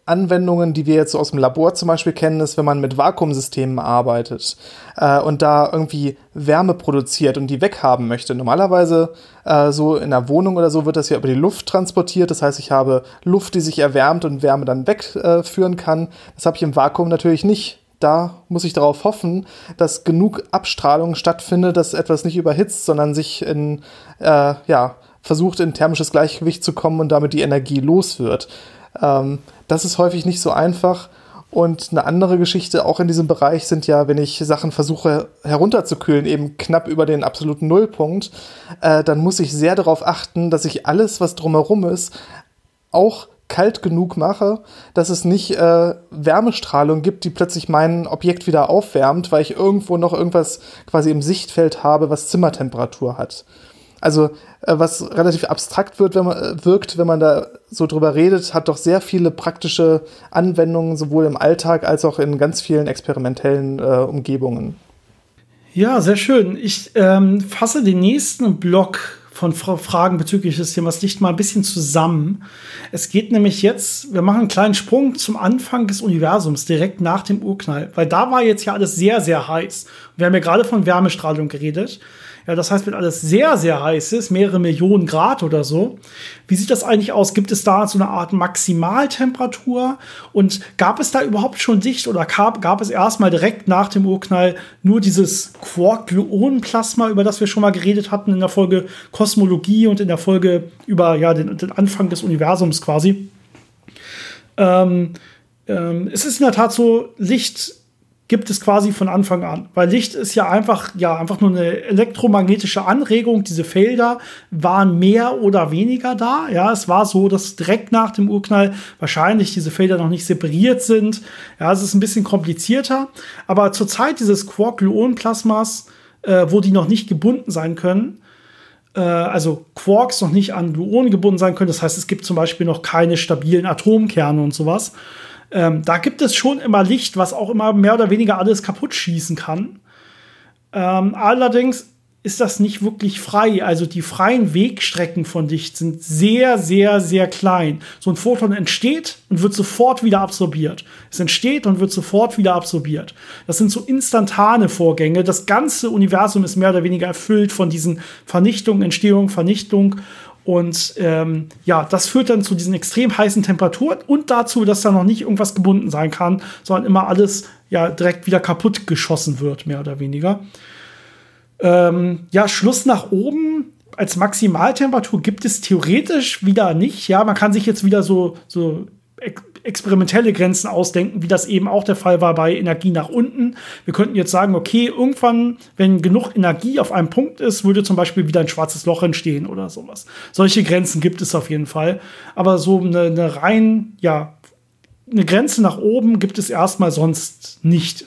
Anwendungen, die wir jetzt so aus dem Labor zum Beispiel kennen, ist, wenn man mit Vakuumsystemen arbeitet und da irgendwie Wärme produziert und die weghaben möchte. Normalerweise so in der Wohnung oder so wird das ja über die Luft transportiert. Das heißt, ich habe Luft, die sich erwärmt und Wärme dann wegführen kann. Das habe ich im Vakuum natürlich nicht. Da muss ich darauf hoffen, dass genug Abstrahlung stattfindet, dass etwas nicht überhitzt, sondern sich versucht, in thermisches Gleichgewicht zu kommen und damit die Energie los wird. Das ist häufig nicht so einfach. Und eine andere Geschichte auch in diesem Bereich sind ja, wenn ich Sachen versuche herunterzukühlen, eben knapp über den absoluten Nullpunkt, dann muss ich sehr darauf achten, dass ich alles, was drumherum ist, auch kalt genug mache, dass es nicht Wärmestrahlung gibt, die plötzlich mein Objekt wieder aufwärmt, weil ich irgendwo noch irgendwas quasi im Sichtfeld habe, was Zimmertemperatur hat. Also was relativ abstrakt wirkt, wenn man da so drüber redet, hat doch sehr viele praktische Anwendungen, sowohl im Alltag als auch in ganz vielen experimentellen Umgebungen. Ja, sehr schön. Ich fasse den nächsten Block von Fragen bezüglich des Themas Licht mal ein bisschen zusammen. Es geht nämlich jetzt, wir machen einen kleinen Sprung zum Anfang des Universums, direkt nach dem Urknall, weil da war jetzt ja alles sehr, sehr heiß. Wir haben ja gerade von Wärmestrahlung geredet. Ja, das heißt, wenn alles sehr, sehr heiß ist, mehrere Millionen Grad oder so, wie sieht das eigentlich aus? Gibt es da so eine Art Maximaltemperatur? Und gab es da überhaupt schon Licht oder gab es erstmal direkt nach dem Urknall nur dieses Quark-Gluon-Plasma, über das wir schon mal geredet hatten in der Folge Kosmologie und in der Folge über den Anfang des Universums quasi? Es ist in der Tat so, Licht gibt es quasi von Anfang an. Weil Licht ist ja einfach nur eine elektromagnetische Anregung. Diese Felder waren mehr oder weniger da. Ja, es war so, dass direkt nach dem Urknall wahrscheinlich diese Felder noch nicht separiert sind. Ja, es ist ein bisschen komplizierter. Aber zur Zeit dieses Quark-Gluon-Plasmas, wo die noch nicht gebunden sein können, also Quarks noch nicht an Gluonen gebunden sein können. Das heißt, es gibt zum Beispiel noch keine stabilen Atomkerne und sowas. Da gibt es schon immer Licht, was auch immer mehr oder weniger alles kaputt schießen kann. Allerdings ist das nicht wirklich frei. Also die freien Wegstrecken von Licht sind sehr, sehr, sehr klein. So ein Photon entsteht und wird sofort wieder absorbiert. Es entsteht und wird sofort wieder absorbiert. Das sind so instantane Vorgänge. Das ganze Universum ist mehr oder weniger erfüllt von diesen Vernichtung, Entstehung, Vernichtung. Und das führt dann zu diesen extrem heißen Temperaturen und dazu, dass da noch nicht irgendwas gebunden sein kann, sondern immer alles direkt wieder kaputt geschossen wird, mehr oder weniger. Schluss nach oben als Maximaltemperatur gibt es theoretisch wieder nicht. Ja, man kann sich jetzt wieder so experimentelle Grenzen ausdenken, wie das eben auch der Fall war bei Energie nach unten. Wir könnten jetzt sagen, okay, irgendwann, wenn genug Energie auf einem Punkt ist, würde zum Beispiel wieder ein schwarzes Loch entstehen oder sowas. Solche Grenzen gibt es auf jeden Fall. Aber so eine Grenze nach oben gibt es erstmal sonst nicht.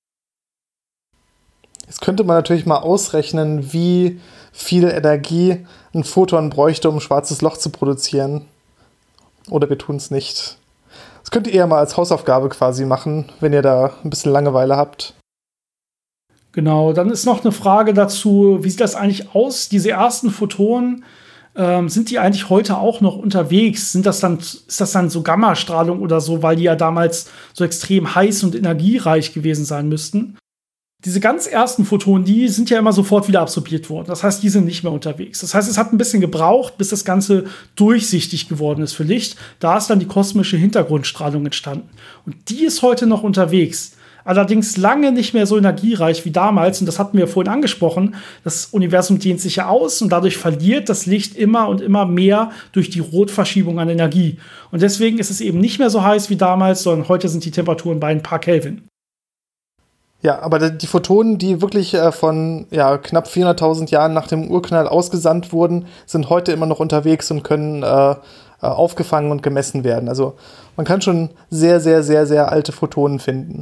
Jetzt könnte man natürlich mal ausrechnen, wie viel Energie ein Photon bräuchte, um ein schwarzes Loch zu produzieren. Oder wir tun es nicht. Das könnt ihr eher mal als Hausaufgabe quasi machen, wenn ihr da ein bisschen Langeweile habt. Genau, dann ist noch eine Frage dazu, wie sieht das eigentlich aus? Diese ersten Photonen, sind die eigentlich heute auch noch unterwegs? Ist das dann so Gammastrahlung oder so, weil die ja damals so extrem heiß und energiereich gewesen sein müssten? Diese ganz ersten Photonen, die sind ja immer sofort wieder absorbiert worden. Das heißt, die sind nicht mehr unterwegs. Das heißt, es hat ein bisschen gebraucht, bis das Ganze durchsichtig geworden ist für Licht. Da ist dann die kosmische Hintergrundstrahlung entstanden. Und die ist heute noch unterwegs. Allerdings lange nicht mehr so energiereich wie damals. Und das hatten wir vorhin angesprochen. Das Universum dehnt sich ja aus und dadurch verliert das Licht immer und immer mehr durch die Rotverschiebung an Energie. Und deswegen ist es eben nicht mehr so heiß wie damals, sondern heute sind die Temperaturen bei ein paar Kelvin. Ja, aber die Photonen, die wirklich von knapp 400.000 Jahren nach dem Urknall ausgesandt wurden, sind heute immer noch unterwegs und können aufgefangen und gemessen werden. Also man kann schon sehr, sehr, sehr, sehr alte Photonen finden.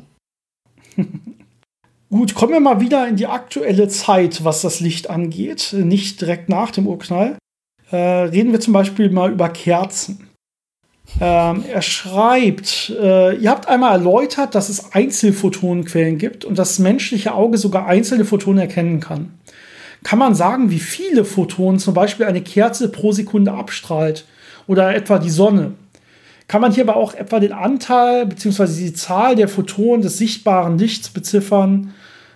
Gut, kommen wir mal wieder in die aktuelle Zeit, was das Licht angeht. Nicht direkt nach dem Urknall. Reden wir zum Beispiel mal über Kerzen. Er schreibt, ihr habt einmal erläutert, dass es Einzelphotonenquellen gibt und das menschliche Auge sogar einzelne Photonen erkennen kann. Kann man sagen, wie viele Photonen zum Beispiel eine Kerze pro Sekunde abstrahlt oder etwa die Sonne? Kann man hier aber auch etwa den Anteil bzw. die Zahl der Photonen des sichtbaren Lichts beziffern?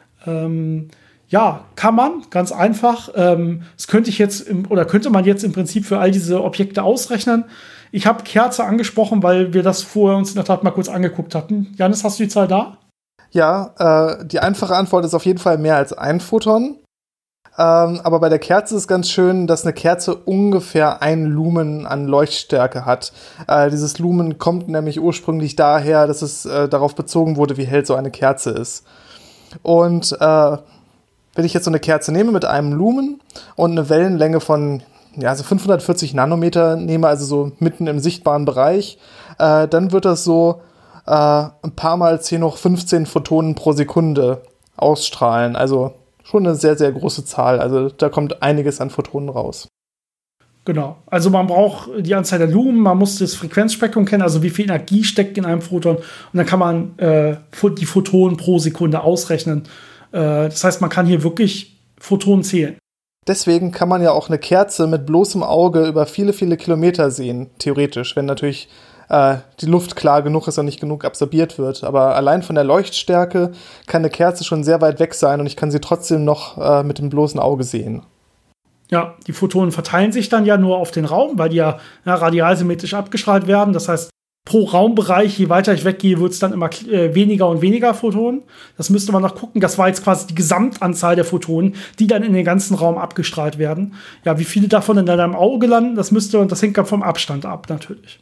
Ja, kann man, ganz einfach. Das könnte man jetzt im Prinzip für all diese Objekte ausrechnen. Ich habe Kerze angesprochen, weil wir das vorher uns in der Tat mal kurz angeguckt hatten. Janis, hast du die Zahl da? Ja, die einfache Antwort ist auf jeden Fall mehr als ein Photon. Aber bei der Kerze ist ganz schön, dass eine Kerze ungefähr 1 Lumen an Leuchtstärke hat. Dieses Lumen kommt nämlich ursprünglich daher, dass es darauf bezogen wurde, wie hell so eine Kerze ist. Und wenn ich jetzt so eine Kerze nehme mit einem Lumen und eine Wellenlänge von so 540 Nanometer nehme, also so mitten im sichtbaren Bereich, dann wird das so ein paar mal 10 hoch 15 Photonen pro Sekunde ausstrahlen. Also schon eine sehr, sehr große Zahl. Also da kommt einiges an Photonen raus. Genau. Also man braucht die Anzahl der Lumen, man muss das Frequenzspektrum kennen, also wie viel Energie steckt in einem Photon. Und dann kann man die Photonen pro Sekunde ausrechnen. Das heißt, man kann hier wirklich Photonen zählen. Deswegen kann man ja auch eine Kerze mit bloßem Auge über viele, viele Kilometer sehen, theoretisch, wenn natürlich die Luft klar genug ist und nicht genug absorbiert wird. Aber allein von der Leuchtstärke kann eine Kerze schon sehr weit weg sein und ich kann sie trotzdem noch mit dem bloßen Auge sehen. Ja, die Photonen verteilen sich dann ja nur auf den Raum, weil die ja radialsymmetrisch abgestrahlt werden. Das heißt, pro Raumbereich, je weiter ich weggehe, wird es dann immer weniger und weniger Photonen. Das müsste man noch gucken. Das war jetzt quasi die Gesamtanzahl der Photonen, die dann in den ganzen Raum abgestrahlt werden. Ja, wie viele davon in deinem Auge landen, das hängt dann vom Abstand ab, natürlich.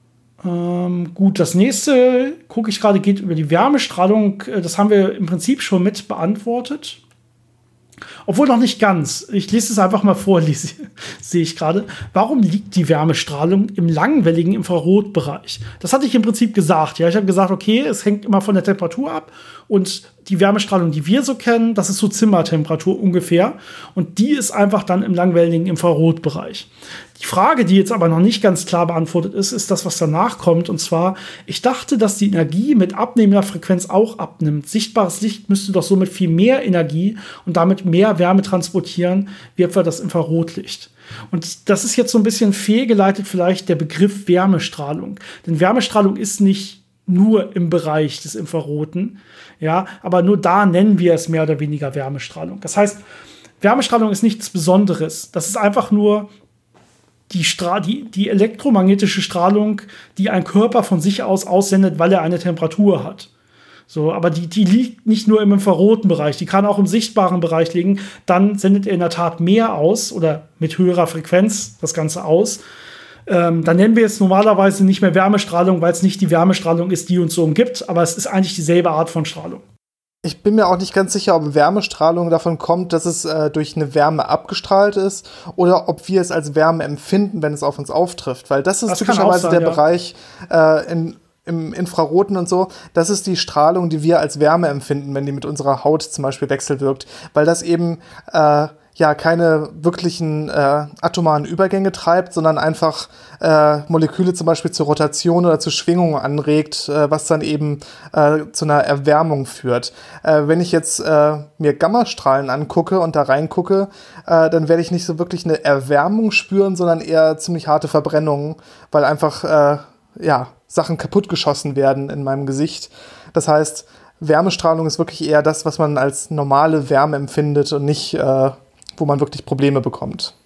Gut, das nächste, gucke ich gerade, geht über die Wärmestrahlung. Das haben wir im Prinzip schon mit beantwortet. Obwohl noch nicht ganz. Ich lese es einfach mal vor, sehe ich gerade. Warum liegt die Wärmestrahlung im langwelligen Infrarotbereich? Das hatte ich im Prinzip gesagt. Ja, ich habe gesagt, okay, es hängt immer von der Temperatur ab. Und die Wärmestrahlung, die wir so kennen, das ist so Zimmertemperatur ungefähr. Und die ist einfach dann im langwelligen Infrarotbereich. Die Frage, die jetzt aber noch nicht ganz klar beantwortet ist das, was danach kommt. Und zwar, ich dachte, dass die Energie mit abnehmender Frequenz auch abnimmt. Sichtbares Licht müsste doch somit viel mehr Energie und damit mehr Wärme transportieren, wie etwa das Infrarotlicht. Und das ist jetzt so ein bisschen fehlgeleitet vielleicht der Begriff Wärmestrahlung. Denn Wärmestrahlung ist nicht nur im Bereich des Infraroten, ja, aber nur da nennen wir es mehr oder weniger Wärmestrahlung. Das heißt, Wärmestrahlung ist nichts Besonderes. Das ist einfach nur die elektromagnetische Strahlung, die ein Körper von sich aus aussendet, weil er eine Temperatur hat. So, aber die liegt nicht nur im infraroten Bereich, die kann auch im sichtbaren Bereich liegen. Dann sendet er in der Tat mehr aus oder mit höherer Frequenz das Ganze aus. Dann nennen wir es normalerweise nicht mehr Wärmestrahlung, weil es nicht die Wärmestrahlung ist, die uns so umgibt, aber es ist eigentlich dieselbe Art von Strahlung. Ich bin mir auch nicht ganz sicher, ob Wärmestrahlung davon kommt, dass es durch eine Wärme abgestrahlt ist oder ob wir es als Wärme empfinden, wenn es auf uns auftrifft. Weil das ist typischerweise der Bereich im Infraroten und so. Das ist die Strahlung, die wir als Wärme empfinden, wenn die mit unserer Haut zum Beispiel wechselwirkt. Weil das eben keine wirklichen atomaren Übergänge treibt, sondern einfach Moleküle zum Beispiel zur Rotation oder zur Schwingung anregt, was dann eben zu einer Erwärmung führt. Wenn ich jetzt mir Gammastrahlen angucke und da reingucke, dann werde ich nicht so wirklich eine Erwärmung spüren, sondern eher ziemlich harte Verbrennungen, weil einfach Sachen kaputtgeschossen werden in meinem Gesicht. Das heißt, Wärmestrahlung ist wirklich eher das, was man als normale Wärme empfindet und nicht wo man wirklich Probleme bekommt.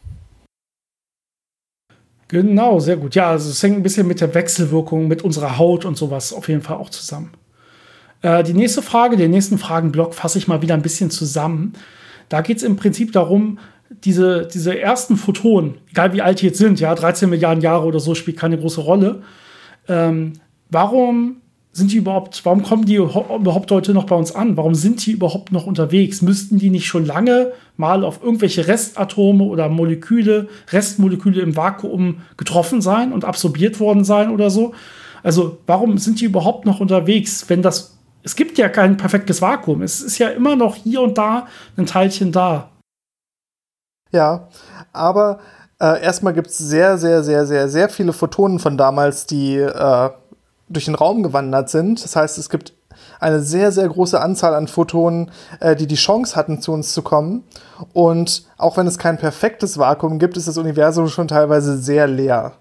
Genau, sehr gut. Ja, also es hängt ein bisschen mit der Wechselwirkung mit unserer Haut und sowas auf jeden Fall auch zusammen. Die nächste Frage, den nächsten Fragenblock fasse ich mal wieder ein bisschen zusammen. Da geht es im Prinzip darum, diese ersten Photonen, egal wie alt die jetzt sind, ja, 13 Milliarden Jahre oder so, spielt keine große Rolle. Warum kommen die überhaupt heute noch bei uns an? Warum sind die überhaupt noch unterwegs? Müssten die nicht schon lange mal auf irgendwelche Restatome oder Restmoleküle im Vakuum getroffen sein und absorbiert worden sein oder so? Also, warum sind die überhaupt noch unterwegs, es gibt ja kein perfektes Vakuum. Es ist ja immer noch hier und da ein Teilchen da. Ja, aber erstmal gibt es sehr, sehr, sehr, sehr, sehr viele Photonen von damals, die durch den Raum gewandert sind. Das heißt, es gibt eine sehr, sehr große Anzahl an Photonen, die Chance hatten, zu uns zu kommen. Und auch wenn es kein perfektes Vakuum gibt, ist das Universum schon teilweise sehr leer.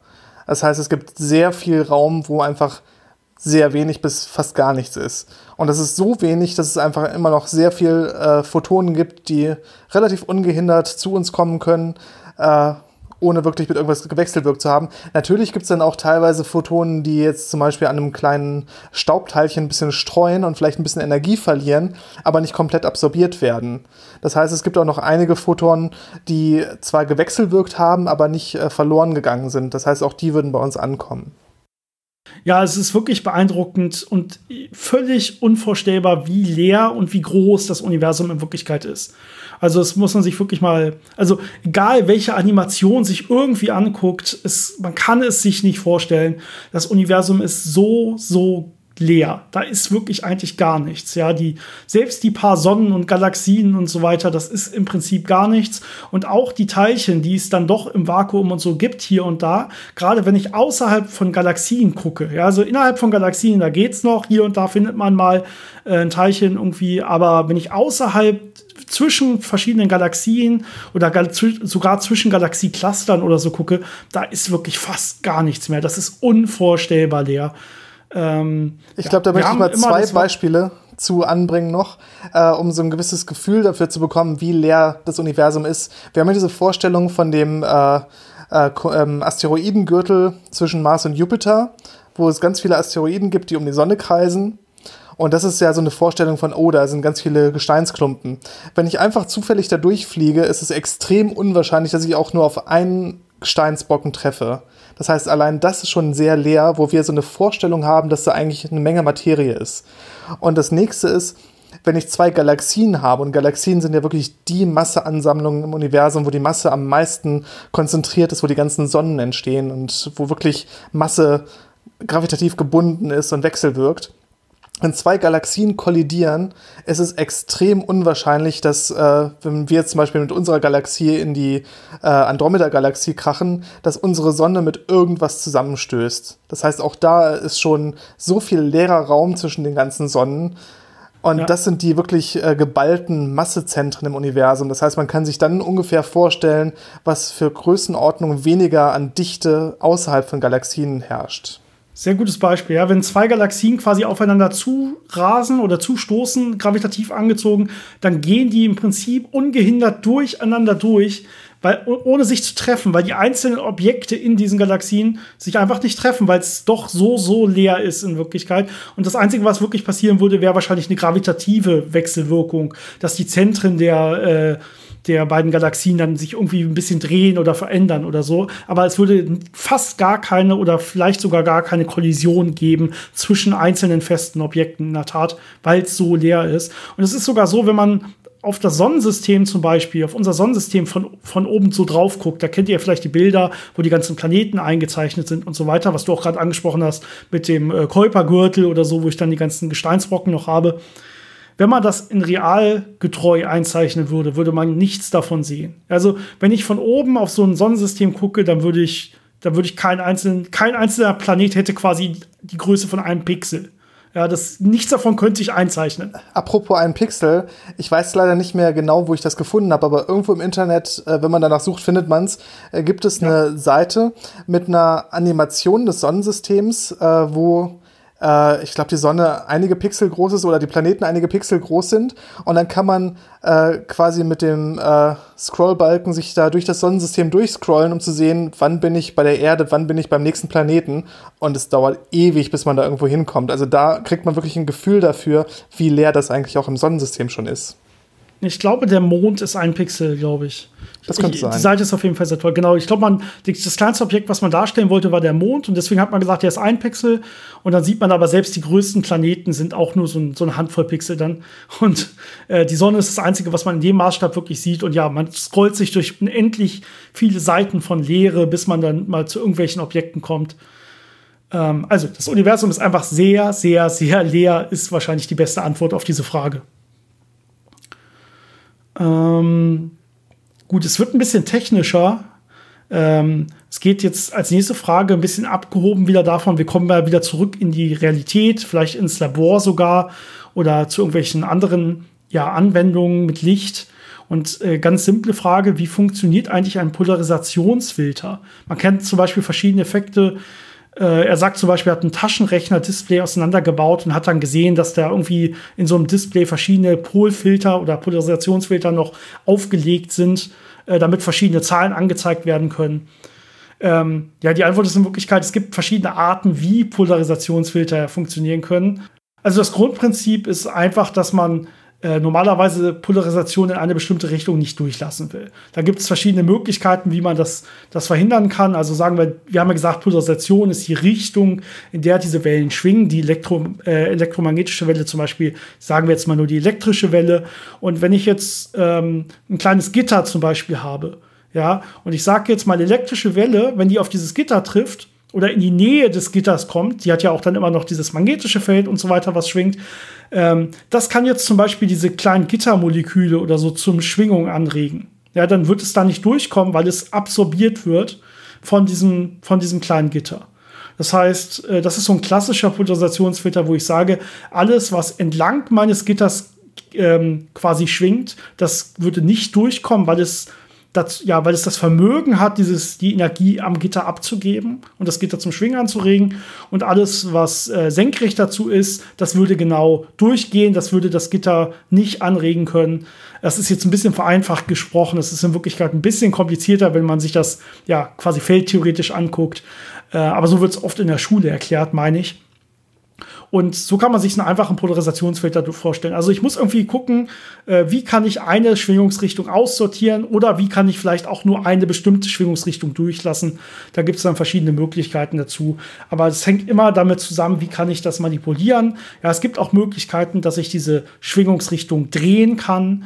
Das heißt, es gibt sehr viel Raum, wo einfach sehr wenig bis fast gar nichts ist. Und das ist so wenig, dass es einfach immer noch sehr viel Photonen gibt, die relativ ungehindert zu uns kommen können, ohne wirklich mit irgendwas gewechselwirkt zu haben. Natürlich gibt es dann auch teilweise Photonen, die jetzt zum Beispiel an einem kleinen Staubteilchen ein bisschen streuen und vielleicht ein bisschen Energie verlieren, aber nicht komplett absorbiert werden. Das heißt, es gibt auch noch einige Photonen, die zwar gewechselwirkt haben, aber nicht verloren gegangen sind. Das heißt, auch die würden bei uns ankommen. Ja, es ist wirklich beeindruckend und völlig unvorstellbar, wie leer und wie groß das Universum in Wirklichkeit ist. Also es muss man sich wirklich mal, also egal welche Animation sich irgendwie anguckt, man kann es sich nicht vorstellen. Das Universum ist so leer. Da ist wirklich eigentlich gar nichts. Ja, selbst die paar Sonnen und Galaxien und so weiter, das ist im Prinzip gar nichts. Und auch die Teilchen, die es dann doch im Vakuum und so gibt hier und da, gerade wenn ich außerhalb von Galaxien gucke, ja, also innerhalb von Galaxien, da geht's noch, hier und da findet man mal ein Teilchen irgendwie, aber wenn ich außerhalb zwischen verschiedenen Galaxien oder sogar zwischen Galaxieclustern oder so gucke, da ist wirklich fast gar nichts mehr. Das ist unvorstellbar leer. Ich glaube, da möchte ich mal zwei Beispiele zu anbringen noch, um so ein gewisses Gefühl dafür zu bekommen, wie leer das Universum ist. Wir haben ja diese Vorstellung von dem Asteroidengürtel zwischen Mars und Jupiter, wo es ganz viele Asteroiden gibt, die um die Sonne kreisen. Und das ist ja so eine Vorstellung von, oh, da sind ganz viele Gesteinsklumpen. Wenn ich einfach zufällig da durchfliege, ist es extrem unwahrscheinlich, dass ich auch nur auf einen Gesteinsbrocken treffe. Das heißt, allein das ist schon sehr leer, wo wir so eine Vorstellung haben, dass da eigentlich eine Menge Materie ist. Und das nächste ist, wenn ich zwei Galaxien habe, und Galaxien sind ja wirklich die Masseansammlungen im Universum, wo die Masse am meisten konzentriert ist, wo die ganzen Sonnen entstehen und wo wirklich Masse gravitativ gebunden ist und wechselwirkt. Wenn zwei Galaxien kollidieren, ist es extrem unwahrscheinlich, dass, wenn wir jetzt zum Beispiel mit unserer Galaxie in die Andromeda-Galaxie krachen, dass unsere Sonne mit irgendwas zusammenstößt. Das heißt, auch da ist schon so viel leerer Raum zwischen den ganzen Sonnen. Und das sind die wirklich geballten Massezentren im Universum. Das heißt, man kann sich dann ungefähr vorstellen, was für Größenordnung weniger an Dichte außerhalb von Galaxien herrscht. Sehr gutes Beispiel, ja. Wenn zwei Galaxien quasi aufeinander zurasen oder zustoßen, gravitativ angezogen, dann gehen die im Prinzip ungehindert durcheinander durch, ohne sich zu treffen, weil die einzelnen Objekte in diesen Galaxien sich einfach nicht treffen, weil es doch so leer ist in Wirklichkeit. Und das Einzige, was wirklich passieren würde, wäre wahrscheinlich eine gravitative Wechselwirkung, dass die Zentren der beiden Galaxien dann sich irgendwie ein bisschen drehen oder verändern oder so. Aber es würde fast gar keine oder vielleicht sogar gar keine Kollision geben zwischen einzelnen festen Objekten in der Tat, weil es so leer ist. Und es ist sogar so, wenn man auf das Sonnensystem zum Beispiel, auf unser Sonnensystem von oben so drauf guckt, da kennt ihr ja vielleicht die Bilder, wo die ganzen Planeten eingezeichnet sind und so weiter, was du auch gerade angesprochen hast mit dem Kuipergürtel oder so, wo ich dann die ganzen Gesteinsbrocken noch habe. Wenn man das in realgetreu einzeichnen würde, würde man nichts davon sehen. Also, wenn ich von oben auf so ein Sonnensystem gucke, dann würde ich kein einzelner Planet hätte quasi die Größe von einem Pixel. Ja, nichts davon könnte ich einzeichnen. Apropos ein Pixel, ich weiß leider nicht mehr genau, wo ich das gefunden habe, aber irgendwo im Internet, wenn man danach sucht, findet man es, gibt es eine Seite mit einer Animation des Sonnensystems, wo ich glaube, die Sonne einige Pixel groß ist oder die Planeten einige Pixel groß sind. Und dann kann man quasi mit dem Scrollbalken sich da durch das Sonnensystem durchscrollen, um zu sehen, wann bin ich bei der Erde, wann bin ich beim nächsten Planeten. Und es dauert ewig, bis man da irgendwo hinkommt. Also da kriegt man wirklich ein Gefühl dafür, wie leer das eigentlich auch im Sonnensystem schon ist. Ich glaube, der Mond ist ein Pixel, glaube ich. Das könnte sein. Die Seite ist auf jeden Fall sehr toll. Genau, ich glaube, das kleinste Objekt, was man darstellen wollte, war der Mond. Und deswegen hat man gesagt, der ist ein Pixel. Und dann sieht man aber, selbst die größten Planeten sind auch nur so eine Handvoll Pixel dann. Und die Sonne ist das Einzige, was man in dem Maßstab wirklich sieht. Und ja, man scrollt sich durch unendlich viele Seiten von Leere, bis man dann mal zu irgendwelchen Objekten kommt. Also, das Universum ist einfach sehr, sehr, sehr leer, ist wahrscheinlich die beste Antwort auf diese Frage. Gut, es wird ein bisschen technischer. Es geht jetzt als nächste Frage ein bisschen abgehoben wieder davon. Wir kommen mal wieder zurück in die Realität, vielleicht ins Labor sogar oder zu irgendwelchen anderen Anwendungen mit Licht. Und ganz simple Frage, wie funktioniert eigentlich ein Polarisationsfilter? Man kennt zum Beispiel verschiedene Effekte. Er sagt zum Beispiel, er hat ein Taschenrechner-Display auseinandergebaut und hat dann gesehen, dass da irgendwie in so einem Display verschiedene Polfilter oder Polarisationsfilter noch aufgelegt sind, damit verschiedene Zahlen angezeigt werden können. Ja, die Antwort ist in Wirklichkeit, es gibt verschiedene Arten, wie Polarisationsfilter funktionieren können. Also das Grundprinzip ist einfach, dass man normalerweise Polarisation in eine bestimmte Richtung nicht durchlassen will. Da gibt es verschiedene Möglichkeiten, wie man das verhindern kann. Also sagen wir haben ja gesagt, Polarisation ist die Richtung, in der diese Wellen schwingen. Die elektromagnetische Welle zum Beispiel, sagen wir jetzt mal nur die elektrische Welle. Und wenn ich jetzt ein kleines Gitter zum Beispiel habe, ja, und ich sage jetzt mal, elektrische Welle, wenn die auf dieses Gitter trifft oder in die Nähe des Gitters kommt, die hat ja auch dann immer noch dieses magnetische Feld und so weiter, was schwingt. Das kann jetzt zum Beispiel diese kleinen Gittermoleküle oder so zum Schwingung anregen. Ja, dann wird es da nicht durchkommen, weil es absorbiert wird von diesem kleinen Gitter. Das heißt, das ist so ein klassischer Polarisationsfilter, wo ich sage, alles, was entlang meines Gitters quasi schwingt, das würde nicht durchkommen, weil es das Vermögen hat, die Energie am Gitter abzugeben und das Gitter zum Schwingen anzuregen. Und alles, was senkrecht dazu ist, das würde genau durchgehen. Das würde das Gitter nicht anregen können. Das ist jetzt ein bisschen vereinfacht gesprochen. Das ist in Wirklichkeit ein bisschen komplizierter, wenn man sich das ja quasi feldtheoretisch anguckt. Aber so wird es oft in der Schule erklärt, meine ich. Und so kann man sich einen einfachen Polarisationsfilter vorstellen. Also ich muss irgendwie gucken, wie kann ich eine Schwingungsrichtung aussortieren oder wie kann ich vielleicht auch nur eine bestimmte Schwingungsrichtung durchlassen. Da gibt es dann verschiedene Möglichkeiten dazu. Aber es hängt immer damit zusammen, wie kann ich das manipulieren. Ja, es gibt auch Möglichkeiten, dass ich diese Schwingungsrichtung drehen kann.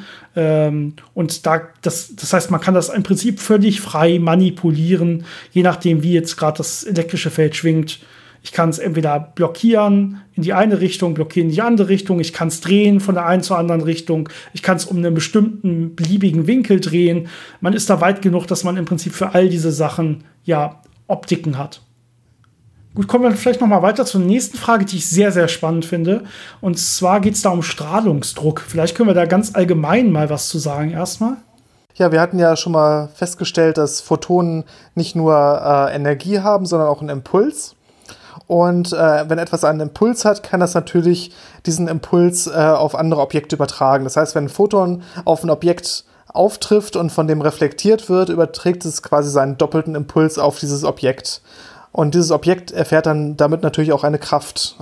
Und das heißt, man kann das im Prinzip völlig frei manipulieren, je nachdem, wie jetzt gerade das elektrische Feld schwingt. Ich kann es entweder blockieren in die eine Richtung, blockieren in die andere Richtung. Ich kann es drehen von der einen zur anderen Richtung. Ich kann es um einen bestimmten beliebigen Winkel drehen. Man ist da weit genug, dass man im Prinzip für all diese Sachen ja Optiken hat. Gut, kommen wir vielleicht noch mal weiter zur nächsten Frage, die ich sehr, sehr spannend finde. Und zwar geht es da um Strahlungsdruck. Vielleicht können wir da ganz allgemein mal was zu sagen erstmal. Ja, wir hatten ja schon mal festgestellt, dass Photonen nicht nur Energie haben, sondern auch einen Impuls. Und wenn etwas einen Impuls hat, kann das natürlich diesen Impuls auf andere Objekte übertragen. Das heißt, wenn ein Photon auf ein Objekt auftrifft und von dem reflektiert wird, überträgt es quasi seinen doppelten Impuls auf dieses Objekt. Und dieses Objekt erfährt dann damit natürlich auch eine Kraft,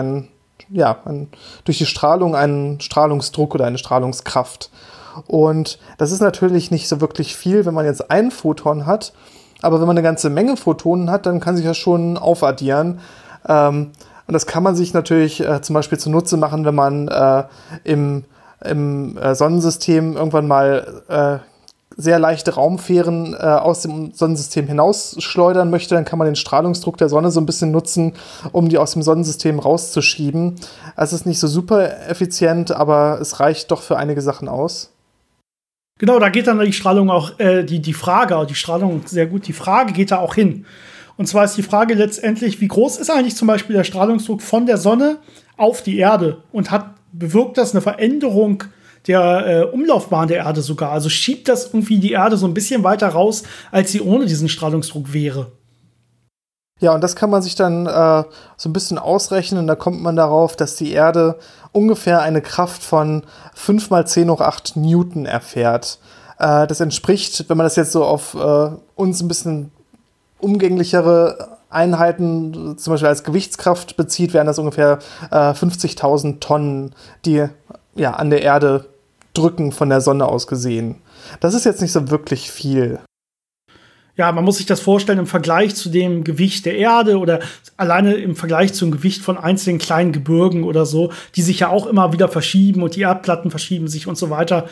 durch die Strahlung einen Strahlungsdruck oder eine Strahlungskraft. Und das ist natürlich nicht so wirklich viel, wenn man jetzt ein Photon hat. Aber wenn man eine ganze Menge Photonen hat, dann kann sich das schon aufaddieren. Und das kann man sich natürlich zum Beispiel zunutze machen, wenn man im Sonnensystem irgendwann mal sehr leichte Raumfähren aus dem Sonnensystem hinausschleudern möchte. Dann kann man den Strahlungsdruck der Sonne so ein bisschen nutzen, um die aus dem Sonnensystem rauszuschieben. Es ist nicht so super effizient, aber es reicht doch für einige Sachen aus. Genau, da geht dann die Strahlung auch, die Frage geht da auch hin. Und zwar ist die Frage letztendlich, wie groß ist eigentlich zum Beispiel der Strahlungsdruck von der Sonne auf die Erde? Und bewirkt das eine Veränderung der Umlaufbahn der Erde sogar? Also schiebt das irgendwie die Erde so ein bisschen weiter raus, als sie ohne diesen Strahlungsdruck wäre? Ja, und das kann man sich dann so ein bisschen ausrechnen. Und da kommt man darauf, dass die Erde ungefähr eine Kraft von 5 mal 10 hoch 8 Newton erfährt. Das entspricht, wenn man das jetzt so auf uns ein bisschen umgänglichere Einheiten, zum Beispiel als Gewichtskraft bezieht, wären das ungefähr 50.000 Tonnen, die ja an der Erde drücken, von der Sonne aus gesehen. Das ist jetzt nicht so wirklich viel. Ja, man muss sich das vorstellen im Vergleich zu dem Gewicht der Erde oder alleine im Vergleich zum Gewicht von einzelnen kleinen Gebirgen oder so, die sich ja auch immer wieder verschieben und die Erdplatten verschieben sich und so weiter.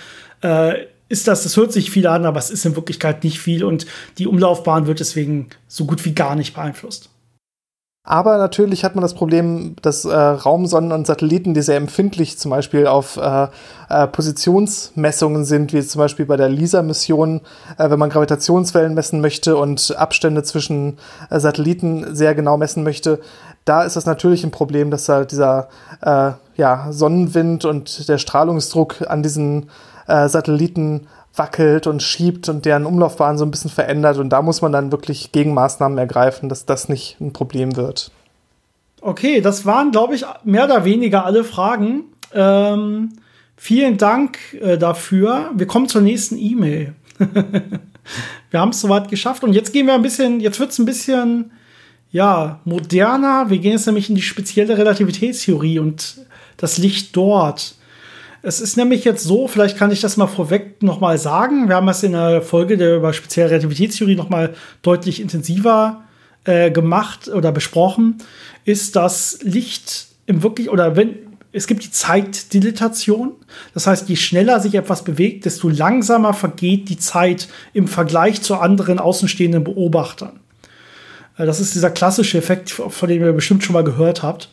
Das hört sich viel an, aber es ist in Wirklichkeit nicht viel und die Umlaufbahn wird deswegen so gut wie gar nicht beeinflusst. Aber natürlich hat man das Problem, dass Raumsonden und Satelliten, die sehr empfindlich zum Beispiel auf Positionsmessungen sind, wie zum Beispiel bei der LISA-Mission, wenn man Gravitationswellen messen möchte und Abstände zwischen Satelliten sehr genau messen möchte, da ist das natürlich ein Problem, dass da dieser Sonnenwind und der Strahlungsdruck an diesen Satelliten wackelt und schiebt und deren Umlaufbahn so ein bisschen verändert. Und da muss man dann wirklich Gegenmaßnahmen ergreifen, dass das nicht ein Problem wird. Okay, das waren, glaube ich, mehr oder weniger alle Fragen. Vielen Dank dafür. Wir kommen zur nächsten E-Mail. Wir haben es soweit geschafft. Und jetzt jetzt wird es ein bisschen moderner. Wir gehen jetzt nämlich in die spezielle Relativitätstheorie und das Licht dort. Es ist nämlich jetzt so, vielleicht kann ich das mal vorweg noch mal sagen. Wir haben das in der Folge über spezielle Relativitätstheorie noch mal deutlich intensiver gemacht oder besprochen, ist das Licht es gibt die Zeitdilatation. Das heißt, je schneller sich etwas bewegt, desto langsamer vergeht die Zeit im Vergleich zu anderen außenstehenden Beobachtern. Das ist dieser klassische Effekt, von dem ihr bestimmt schon mal gehört habt.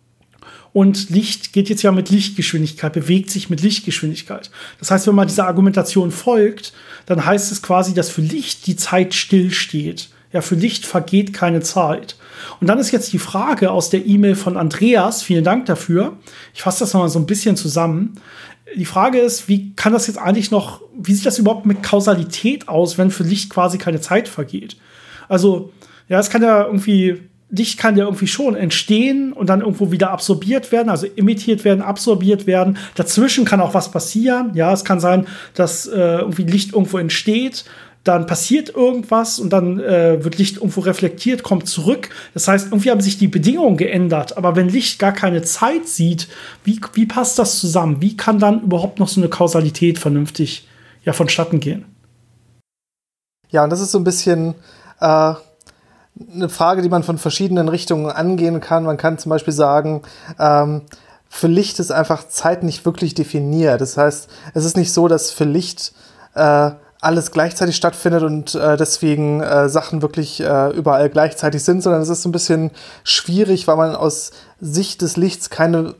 Und Licht geht jetzt ja mit Lichtgeschwindigkeit, bewegt sich mit Lichtgeschwindigkeit. Das heißt, wenn man dieser Argumentation folgt, dann heißt es quasi, dass für Licht die Zeit stillsteht. Ja, für Licht vergeht keine Zeit. Und dann ist jetzt die Frage aus der E-Mail von Andreas, vielen Dank dafür. Ich fasse das nochmal so ein bisschen zusammen. Die Frage ist, wie sieht das überhaupt mit Kausalität aus, wenn für Licht quasi keine Zeit vergeht? Also, ja, Licht kann ja irgendwie schon entstehen und dann irgendwo wieder absorbiert werden, also emittiert werden, absorbiert werden. Dazwischen kann auch was passieren. Ja, es kann sein, dass irgendwie Licht irgendwo entsteht, dann passiert irgendwas und dann wird Licht irgendwo reflektiert, kommt zurück. Das heißt, irgendwie haben sich die Bedingungen geändert. Aber wenn Licht gar keine Zeit sieht, wie passt das zusammen? Wie kann dann überhaupt noch so eine Kausalität vernünftig vonstatten gehen? Ja, und das ist so ein bisschen eine Frage, die man von verschiedenen Richtungen angehen kann. Man kann zum Beispiel sagen, für Licht ist einfach Zeit nicht wirklich definiert. Das heißt, es ist nicht so, dass für Licht alles gleichzeitig stattfindet und deswegen Sachen wirklich überall gleichzeitig sind, sondern es ist so ein bisschen schwierig, weil man aus Sicht des Lichts keine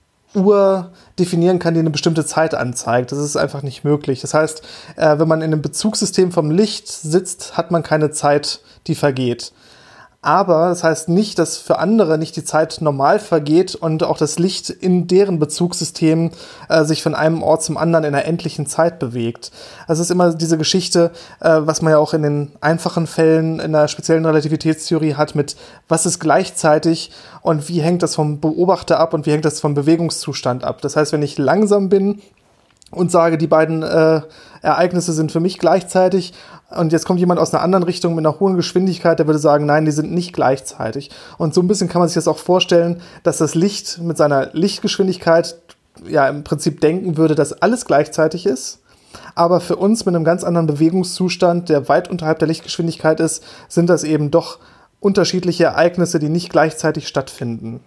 Uhr definieren kann, die eine bestimmte Zeit anzeigt. Das ist einfach nicht möglich. Das heißt, wenn man in einem Bezugssystem vom Licht sitzt, hat man keine Zeit, die vergeht. Aber das heißt nicht, dass für andere nicht die Zeit normal vergeht und auch das Licht in deren Bezugssystem sich von einem Ort zum anderen in einer endlichen Zeit bewegt. Also es ist immer diese Geschichte, was man ja auch in den einfachen Fällen in der speziellen Relativitätstheorie hat, mit was ist gleichzeitig und wie hängt das vom Beobachter ab und wie hängt das vom Bewegungszustand ab. Das heißt, wenn ich langsam bin und sage, die beiden Ereignisse sind für mich gleichzeitig und jetzt kommt jemand aus einer anderen Richtung mit einer hohen Geschwindigkeit, der würde sagen, nein, die sind nicht gleichzeitig. Und so ein bisschen kann man sich das auch vorstellen, dass das Licht mit seiner Lichtgeschwindigkeit ja im Prinzip denken würde, dass alles gleichzeitig ist. Aber für uns mit einem ganz anderen Bewegungszustand, der weit unterhalb der Lichtgeschwindigkeit ist, sind das eben doch unterschiedliche Ereignisse, die nicht gleichzeitig stattfinden.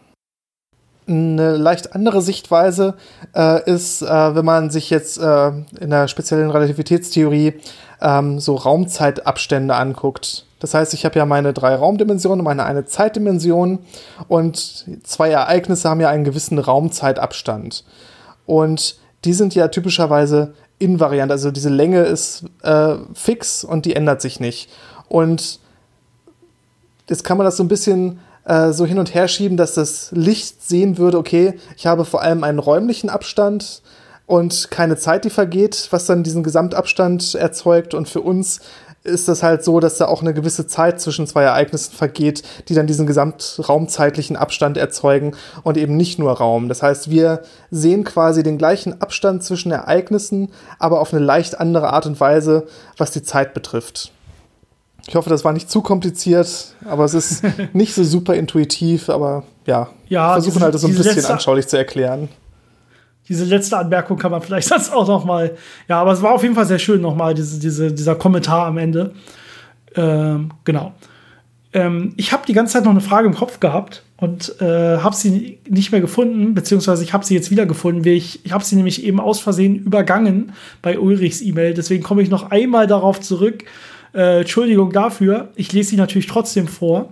Eine leicht andere Sichtweise ist, wenn man sich jetzt in der speziellen Relativitätstheorie so Raumzeitabstände anguckt. Das heißt, ich habe ja meine 3 Raumdimensionen, meine eine Zeitdimension und 2 Ereignisse haben ja einen gewissen Raumzeitabstand. Und die sind ja typischerweise invariant, also diese Länge ist fix und die ändert sich nicht. Und jetzt kann man das so ein bisschen so hin und her schieben, dass das Licht sehen würde, okay, ich habe vor allem einen räumlichen Abstand und keine Zeit, die vergeht, was dann diesen Gesamtabstand erzeugt. Und für uns ist das halt so, dass da auch eine gewisse Zeit zwischen 2 Ereignissen vergeht, die dann diesen gesamtraumzeitlichen Abstand erzeugen und eben nicht nur Raum. Das heißt, wir sehen quasi den gleichen Abstand zwischen Ereignissen, aber auf eine leicht andere Art und Weise, was die Zeit betrifft. Ich hoffe, das war nicht zu kompliziert, aber es ist nicht so super intuitiv, aber ja versuchen halt das so ein bisschen anschaulich zu erklären. Diese letzte Anmerkung kann man vielleicht das auch noch mal. Ja, aber es war auf jeden Fall sehr schön nochmal, dieser Kommentar am Ende. Genau. Ich habe die ganze Zeit noch eine Frage im Kopf gehabt und habe sie nicht mehr gefunden, beziehungsweise ich habe sie jetzt wieder gefunden. Ich habe sie nämlich eben aus Versehen übergangen bei Ulrichs E-Mail. Deswegen komme ich noch einmal darauf zurück. Entschuldigung dafür. Ich lese sie natürlich trotzdem vor.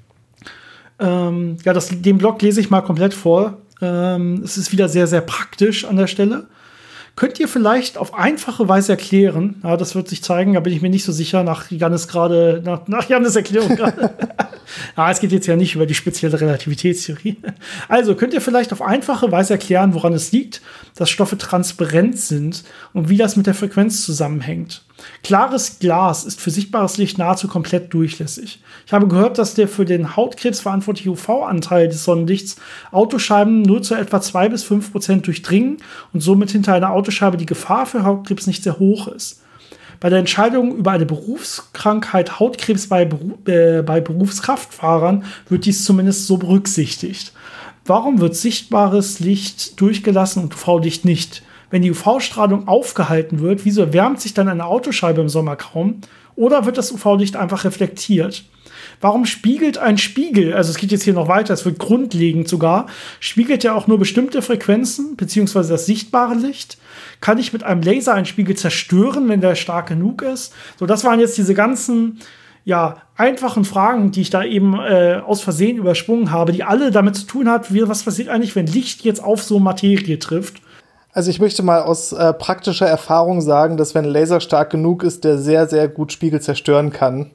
Den Blog lese ich mal komplett vor. Es ist wieder sehr, sehr praktisch an der Stelle. Könnt ihr vielleicht auf einfache Weise erklären, das wird sich zeigen, da bin ich mir nicht so sicher, nach Jannes Erklärung gerade, Es geht jetzt ja nicht über die spezielle Relativitätstheorie. Also könnt ihr vielleicht auf einfache Weise erklären, woran es liegt, dass Stoffe transparent sind und wie das mit der Frequenz zusammenhängt. Klares Glas ist für sichtbares Licht nahezu komplett durchlässig. Ich habe gehört, dass der für den Hautkrebs verantwortliche UV-Anteil des Sonnenlichts Autoscheiben nur zu etwa 2-5% durchdringen und somit hinter einer Autoscheibe die Gefahr für Hautkrebs nicht sehr hoch ist. Bei der Entscheidung über eine Berufskrankheit Hautkrebs bei Berufskraftfahrern wird dies zumindest so berücksichtigt. Warum wird sichtbares Licht durchgelassen und UV-Licht nicht? Wenn die UV-Strahlung aufgehalten wird, wieso erwärmt sich dann eine Autoscheibe im Sommer kaum? Oder wird das UV-Licht einfach reflektiert? Warum spiegelt ein Spiegel, also es geht jetzt hier noch weiter, es wird grundlegend sogar, spiegelt ja auch nur bestimmte Frequenzen, beziehungsweise das sichtbare Licht? Kann ich mit einem Laser einen Spiegel zerstören, wenn der stark genug ist? So, das waren jetzt diese ganzen, einfachen Fragen, die ich da eben aus Versehen übersprungen habe, die alle damit zu tun hat, was passiert eigentlich, wenn Licht jetzt auf so Materie trifft? Also ich möchte mal aus praktischer Erfahrung sagen, dass wenn ein Laser stark genug ist, der sehr, sehr gut Spiegel zerstören kann.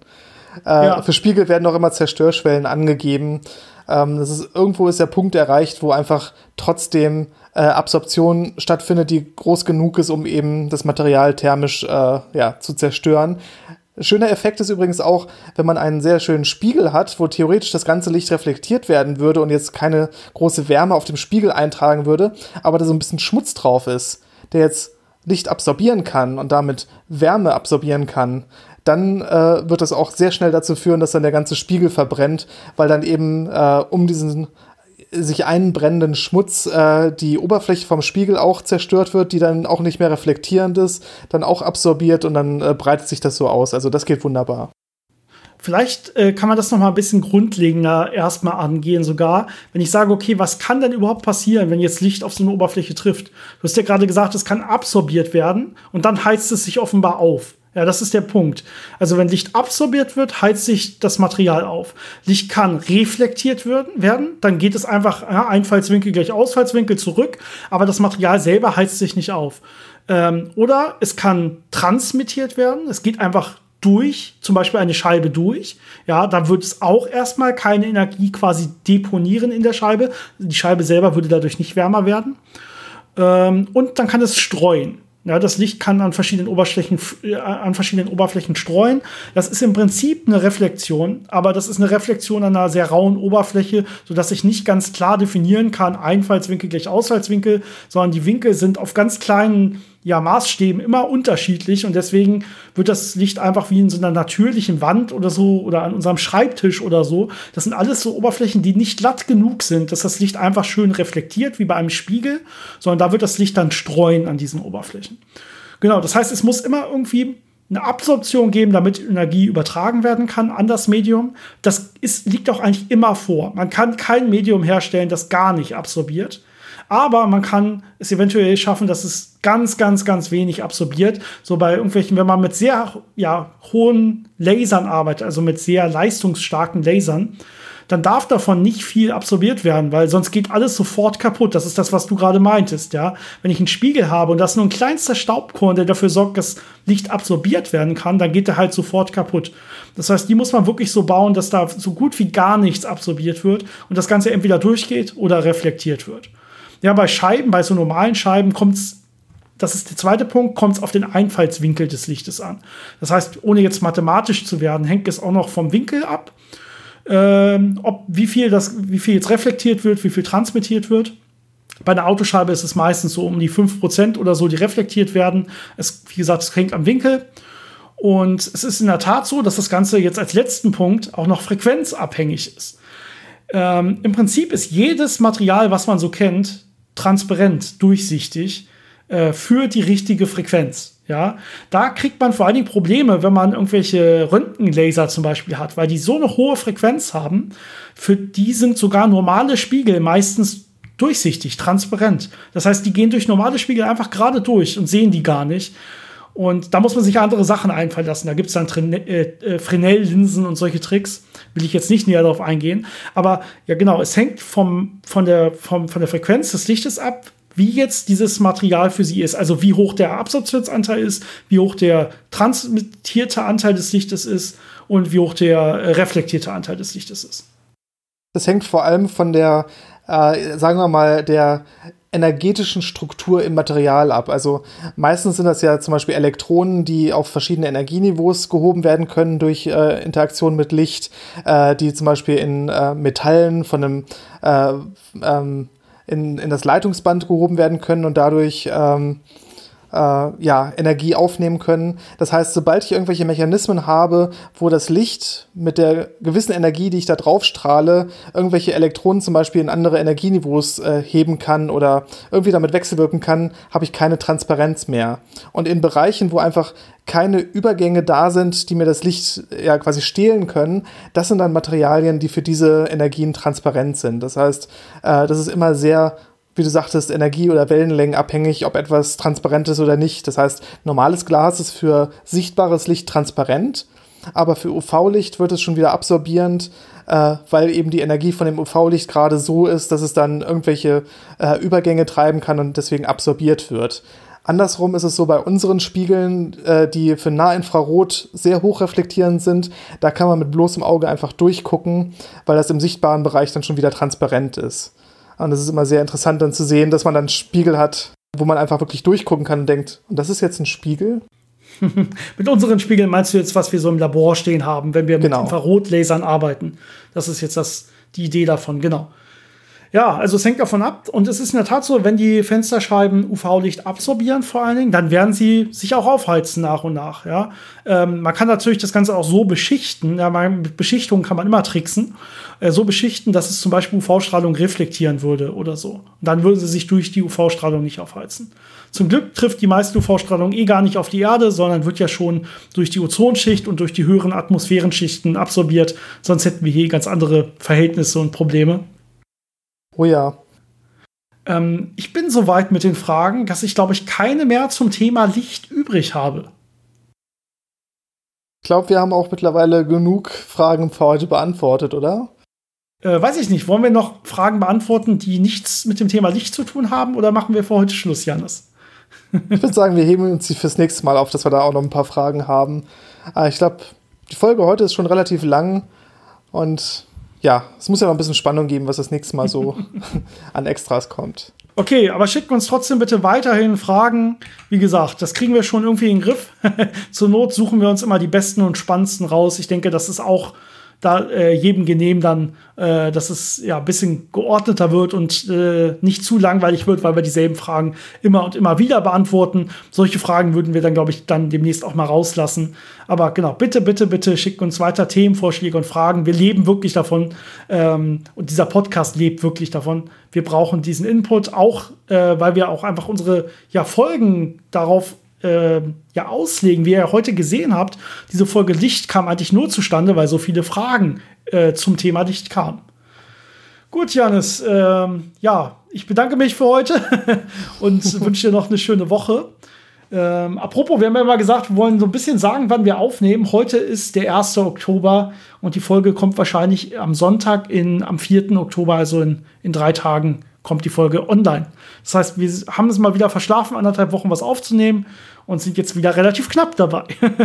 Für Spiegel werden auch immer Zerstörschwellen angegeben. Irgendwo ist der Punkt erreicht, wo einfach trotzdem Absorption stattfindet, die groß genug ist, um eben das Material thermisch zu zerstören. Schöner Effekt ist übrigens auch, wenn man einen sehr schönen Spiegel hat, wo theoretisch das ganze Licht reflektiert werden würde und jetzt keine große Wärme auf dem Spiegel eintragen würde, aber da so ein bisschen Schmutz drauf ist, der jetzt Licht absorbieren kann und damit Wärme absorbieren kann, dann wird das auch sehr schnell dazu führen, dass dann der ganze Spiegel verbrennt, weil dann eben um diesen sich einbrennenden Schmutz die Oberfläche vom Spiegel auch zerstört wird, die dann auch nicht mehr reflektierend ist, dann auch absorbiert und dann breitet sich das so aus. Also das geht wunderbar. Vielleicht kann man das noch mal ein bisschen grundlegender erstmal angehen sogar. Wenn ich sage, okay, was kann denn überhaupt passieren, wenn jetzt Licht auf so eine Oberfläche trifft? Du hast ja gerade gesagt, es kann absorbiert werden und dann heizt es sich offenbar auf. Ja, das ist der Punkt. Also wenn Licht absorbiert wird, heizt sich das Material auf. Licht kann reflektiert werden, dann geht es einfach Einfallswinkel gleich Ausfallswinkel zurück, aber das Material selber heizt sich nicht auf. Oder es kann transmittiert werden, es geht einfach durch, zum Beispiel eine Scheibe durch. Ja, da wird es auch erstmal keine Energie quasi deponieren in der Scheibe. Die Scheibe selber würde dadurch nicht wärmer werden. Und dann kann es streuen. Ja, das Licht kann an verschiedenen Oberflächen streuen. Das ist im Prinzip eine Reflexion, aber das ist eine Reflexion an einer sehr rauen Oberfläche, sodass ich nicht ganz klar definieren kann, Einfallswinkel gleich Ausfallswinkel, sondern die Winkel sind auf ganz kleinen Maßstäben immer unterschiedlich und deswegen wird das Licht einfach wie in so einer natürlichen Wand oder so oder an unserem Schreibtisch oder so. Das sind alles so Oberflächen, die nicht glatt genug sind, dass das Licht einfach schön reflektiert, wie bei einem Spiegel, sondern da wird das Licht dann streuen an diesen Oberflächen. Genau, das heißt, es muss immer irgendwie eine Absorption geben, damit Energie übertragen werden kann an das Medium. Das liegt auch eigentlich immer vor. Man kann kein Medium herstellen, das gar nicht absorbiert. Aber man kann es eventuell schaffen, dass es ganz, ganz, ganz wenig absorbiert. So bei irgendwelchen, wenn man mit sehr hohen Lasern arbeitet, also mit sehr leistungsstarken Lasern, dann darf davon nicht viel absorbiert werden, weil sonst geht alles sofort kaputt. Das ist das, was du gerade meintest, ja. Wenn ich einen Spiegel habe und das ist nur ein kleinster Staubkorn, der dafür sorgt, dass Licht absorbiert werden kann, dann geht der halt sofort kaputt. Das heißt, die muss man wirklich so bauen, dass da so gut wie gar nichts absorbiert wird und das Ganze entweder durchgeht oder reflektiert wird. Ja, bei so normalen Scheiben kommt's, das ist der zweite Punkt, kommt es auf den Einfallswinkel des Lichtes an. Das heißt, ohne jetzt mathematisch zu werden, hängt es auch noch vom Winkel ab, wie viel jetzt reflektiert wird, wie viel transmittiert wird. Bei einer Autoscheibe ist es meistens so um die 5% oder so, die reflektiert werden. Wie gesagt, es hängt am Winkel. Und es ist in der Tat so, dass das Ganze jetzt als letzten Punkt auch noch frequenzabhängig ist. Im Prinzip ist jedes Material, was man so kennt, transparent, durchsichtig, für die richtige Frequenz. Ja? Da kriegt man vor allen Dingen Probleme, wenn man irgendwelche Röntgenlaser zum Beispiel hat, weil die so eine hohe Frequenz haben, für die sind sogar normale Spiegel meistens durchsichtig, transparent. Das heißt, die gehen durch normale Spiegel einfach gerade durch und sehen die gar nicht. Und da muss man sich andere Sachen einfallen lassen. Da gibt es dann Fresnel-Linsen und solche Tricks. Will ich jetzt nicht näher darauf eingehen. Aber ja, genau, es hängt von der Frequenz des Lichtes ab, wie jetzt dieses Material für sie ist. Also wie hoch der Absorptionsanteil ist, wie hoch der transmittierte Anteil des Lichtes ist und wie hoch der reflektierte Anteil des Lichtes ist. Das hängt vor allem von der, sagen wir mal, der energetischen Struktur im Material ab. Also meistens sind das ja zum Beispiel Elektronen, die auf verschiedene Energieniveaus gehoben werden können durch Interaktion mit Licht, die zum Beispiel in Metallen von einem in das Leitungsband gehoben werden können und dadurch Energie aufnehmen können. Das heißt, sobald ich irgendwelche Mechanismen habe, wo das Licht mit der gewissen Energie, die ich da drauf strahle, irgendwelche Elektronen zum Beispiel in andere Energieniveaus heben kann oder irgendwie damit wechselwirken kann, habe ich keine Transparenz mehr. Und in Bereichen, wo einfach keine Übergänge da sind, die mir das Licht ja quasi stehlen können, das sind dann Materialien, die für diese Energien transparent sind. Das heißt, das ist immer sehr, wie du sagtest, Energie- oder Wellenlängen abhängig, ob etwas transparent ist oder nicht. Das heißt, normales Glas ist für sichtbares Licht transparent, aber für UV-Licht wird es schon wieder absorbierend, weil eben die Energie von dem UV-Licht gerade so ist, dass es dann irgendwelche Übergänge treiben kann und deswegen absorbiert wird. Andersrum ist es so bei unseren Spiegeln, die für Nahinfrarot sehr hoch reflektierend sind, da kann man mit bloßem Auge einfach durchgucken, weil das im sichtbaren Bereich dann schon wieder transparent ist. Und es ist immer sehr interessant dann zu sehen, dass man dann einen Spiegel hat, wo man einfach wirklich durchgucken kann und denkt, und das ist jetzt ein Spiegel? Mit unseren Spiegeln meinst du jetzt, was wir so im Labor stehen haben, wenn wir mit Infrarotlasern arbeiten? Das ist jetzt die Idee davon, genau. Ja, also es hängt davon ab. Und es ist in der Tat so, wenn die Fensterscheiben UV-Licht absorbieren vor allen Dingen, dann werden sie sich auch aufheizen nach und nach. Ja? Man kann natürlich das Ganze auch so beschichten. Ja, mit Beschichtung kann man immer tricksen. So beschichten, dass es zum Beispiel UV-Strahlung reflektieren würde oder so. Und dann würde sie sich durch die UV-Strahlung nicht aufheizen. Zum Glück trifft die meiste UV-Strahlung gar nicht auf die Erde, sondern wird ja schon durch die Ozonschicht und durch die höheren Atmosphärenschichten absorbiert. Sonst hätten wir hier ganz andere Verhältnisse und Probleme. Oh ja. Ich bin soweit mit den Fragen, dass ich, glaube ich, keine mehr zum Thema Licht übrig habe. Ich glaube, wir haben auch mittlerweile genug Fragen für heute beantwortet, oder? Weiß ich nicht. Wollen wir noch Fragen beantworten, die nichts mit dem Thema Licht zu tun haben, oder machen wir für heute Schluss, Jannis? Ich würde sagen, wir heben uns die fürs nächste Mal auf, dass wir da auch noch ein paar Fragen haben. Ich glaube, die Folge heute ist schon relativ lang und ja, es muss ja noch ein bisschen Spannung geben, was das nächste Mal so an Extras kommt. Okay, aber schickt uns trotzdem bitte weiterhin Fragen. Wie gesagt, das kriegen wir schon irgendwie in den Griff. Zur Not suchen wir uns immer die besten und spannendsten raus. Ich denke, das ist auch da jedem genehm dann, dass es ja ein bisschen geordneter wird und nicht zu langweilig wird, weil wir dieselben Fragen immer und immer wieder beantworten. Solche Fragen würden wir dann, glaube ich, dann demnächst auch mal rauslassen. Aber genau, bitte, bitte, bitte schickt uns weiter Themenvorschläge und Fragen. Wir leben wirklich davon und dieser Podcast lebt wirklich davon. Wir brauchen diesen Input auch, weil wir auch einfach unsere Folgen darauf auslegen, wie ihr heute gesehen habt. Diese Folge Licht kam eigentlich nur zustande, weil so viele Fragen zum Thema Licht kamen. Gut, Jannis, ich bedanke mich für heute und wünsche dir noch eine schöne Woche. Apropos, wir haben ja mal gesagt, wir wollen so ein bisschen sagen, wann wir aufnehmen. Heute ist der 1. Oktober und die Folge kommt wahrscheinlich am Sonntag am 4. Oktober, also in 3 Tagen kommt die Folge online. Das heißt, wir haben es mal wieder verschlafen, 1,5 Wochen was aufzunehmen und sind jetzt wieder relativ knapp dabei.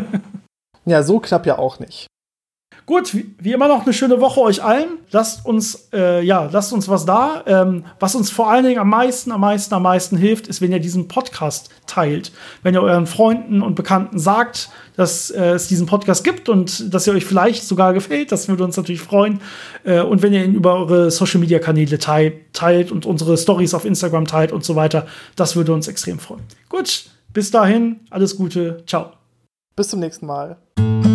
Ja, so knapp ja auch nicht. Gut, wie immer noch eine schöne Woche euch allen. Lasst uns was da. Was uns vor allen Dingen am meisten hilft, ist, wenn ihr diesen Podcast teilt. Wenn ihr euren Freunden und Bekannten sagt, dass es diesen Podcast gibt und dass er euch vielleicht sogar gefällt, das würde uns natürlich freuen. Und wenn ihr ihn über eure Social-Media-Kanäle teilt und unsere Stories auf Instagram teilt und so weiter, das würde uns extrem freuen. Gut, bis dahin, alles Gute, ciao. Bis zum nächsten Mal.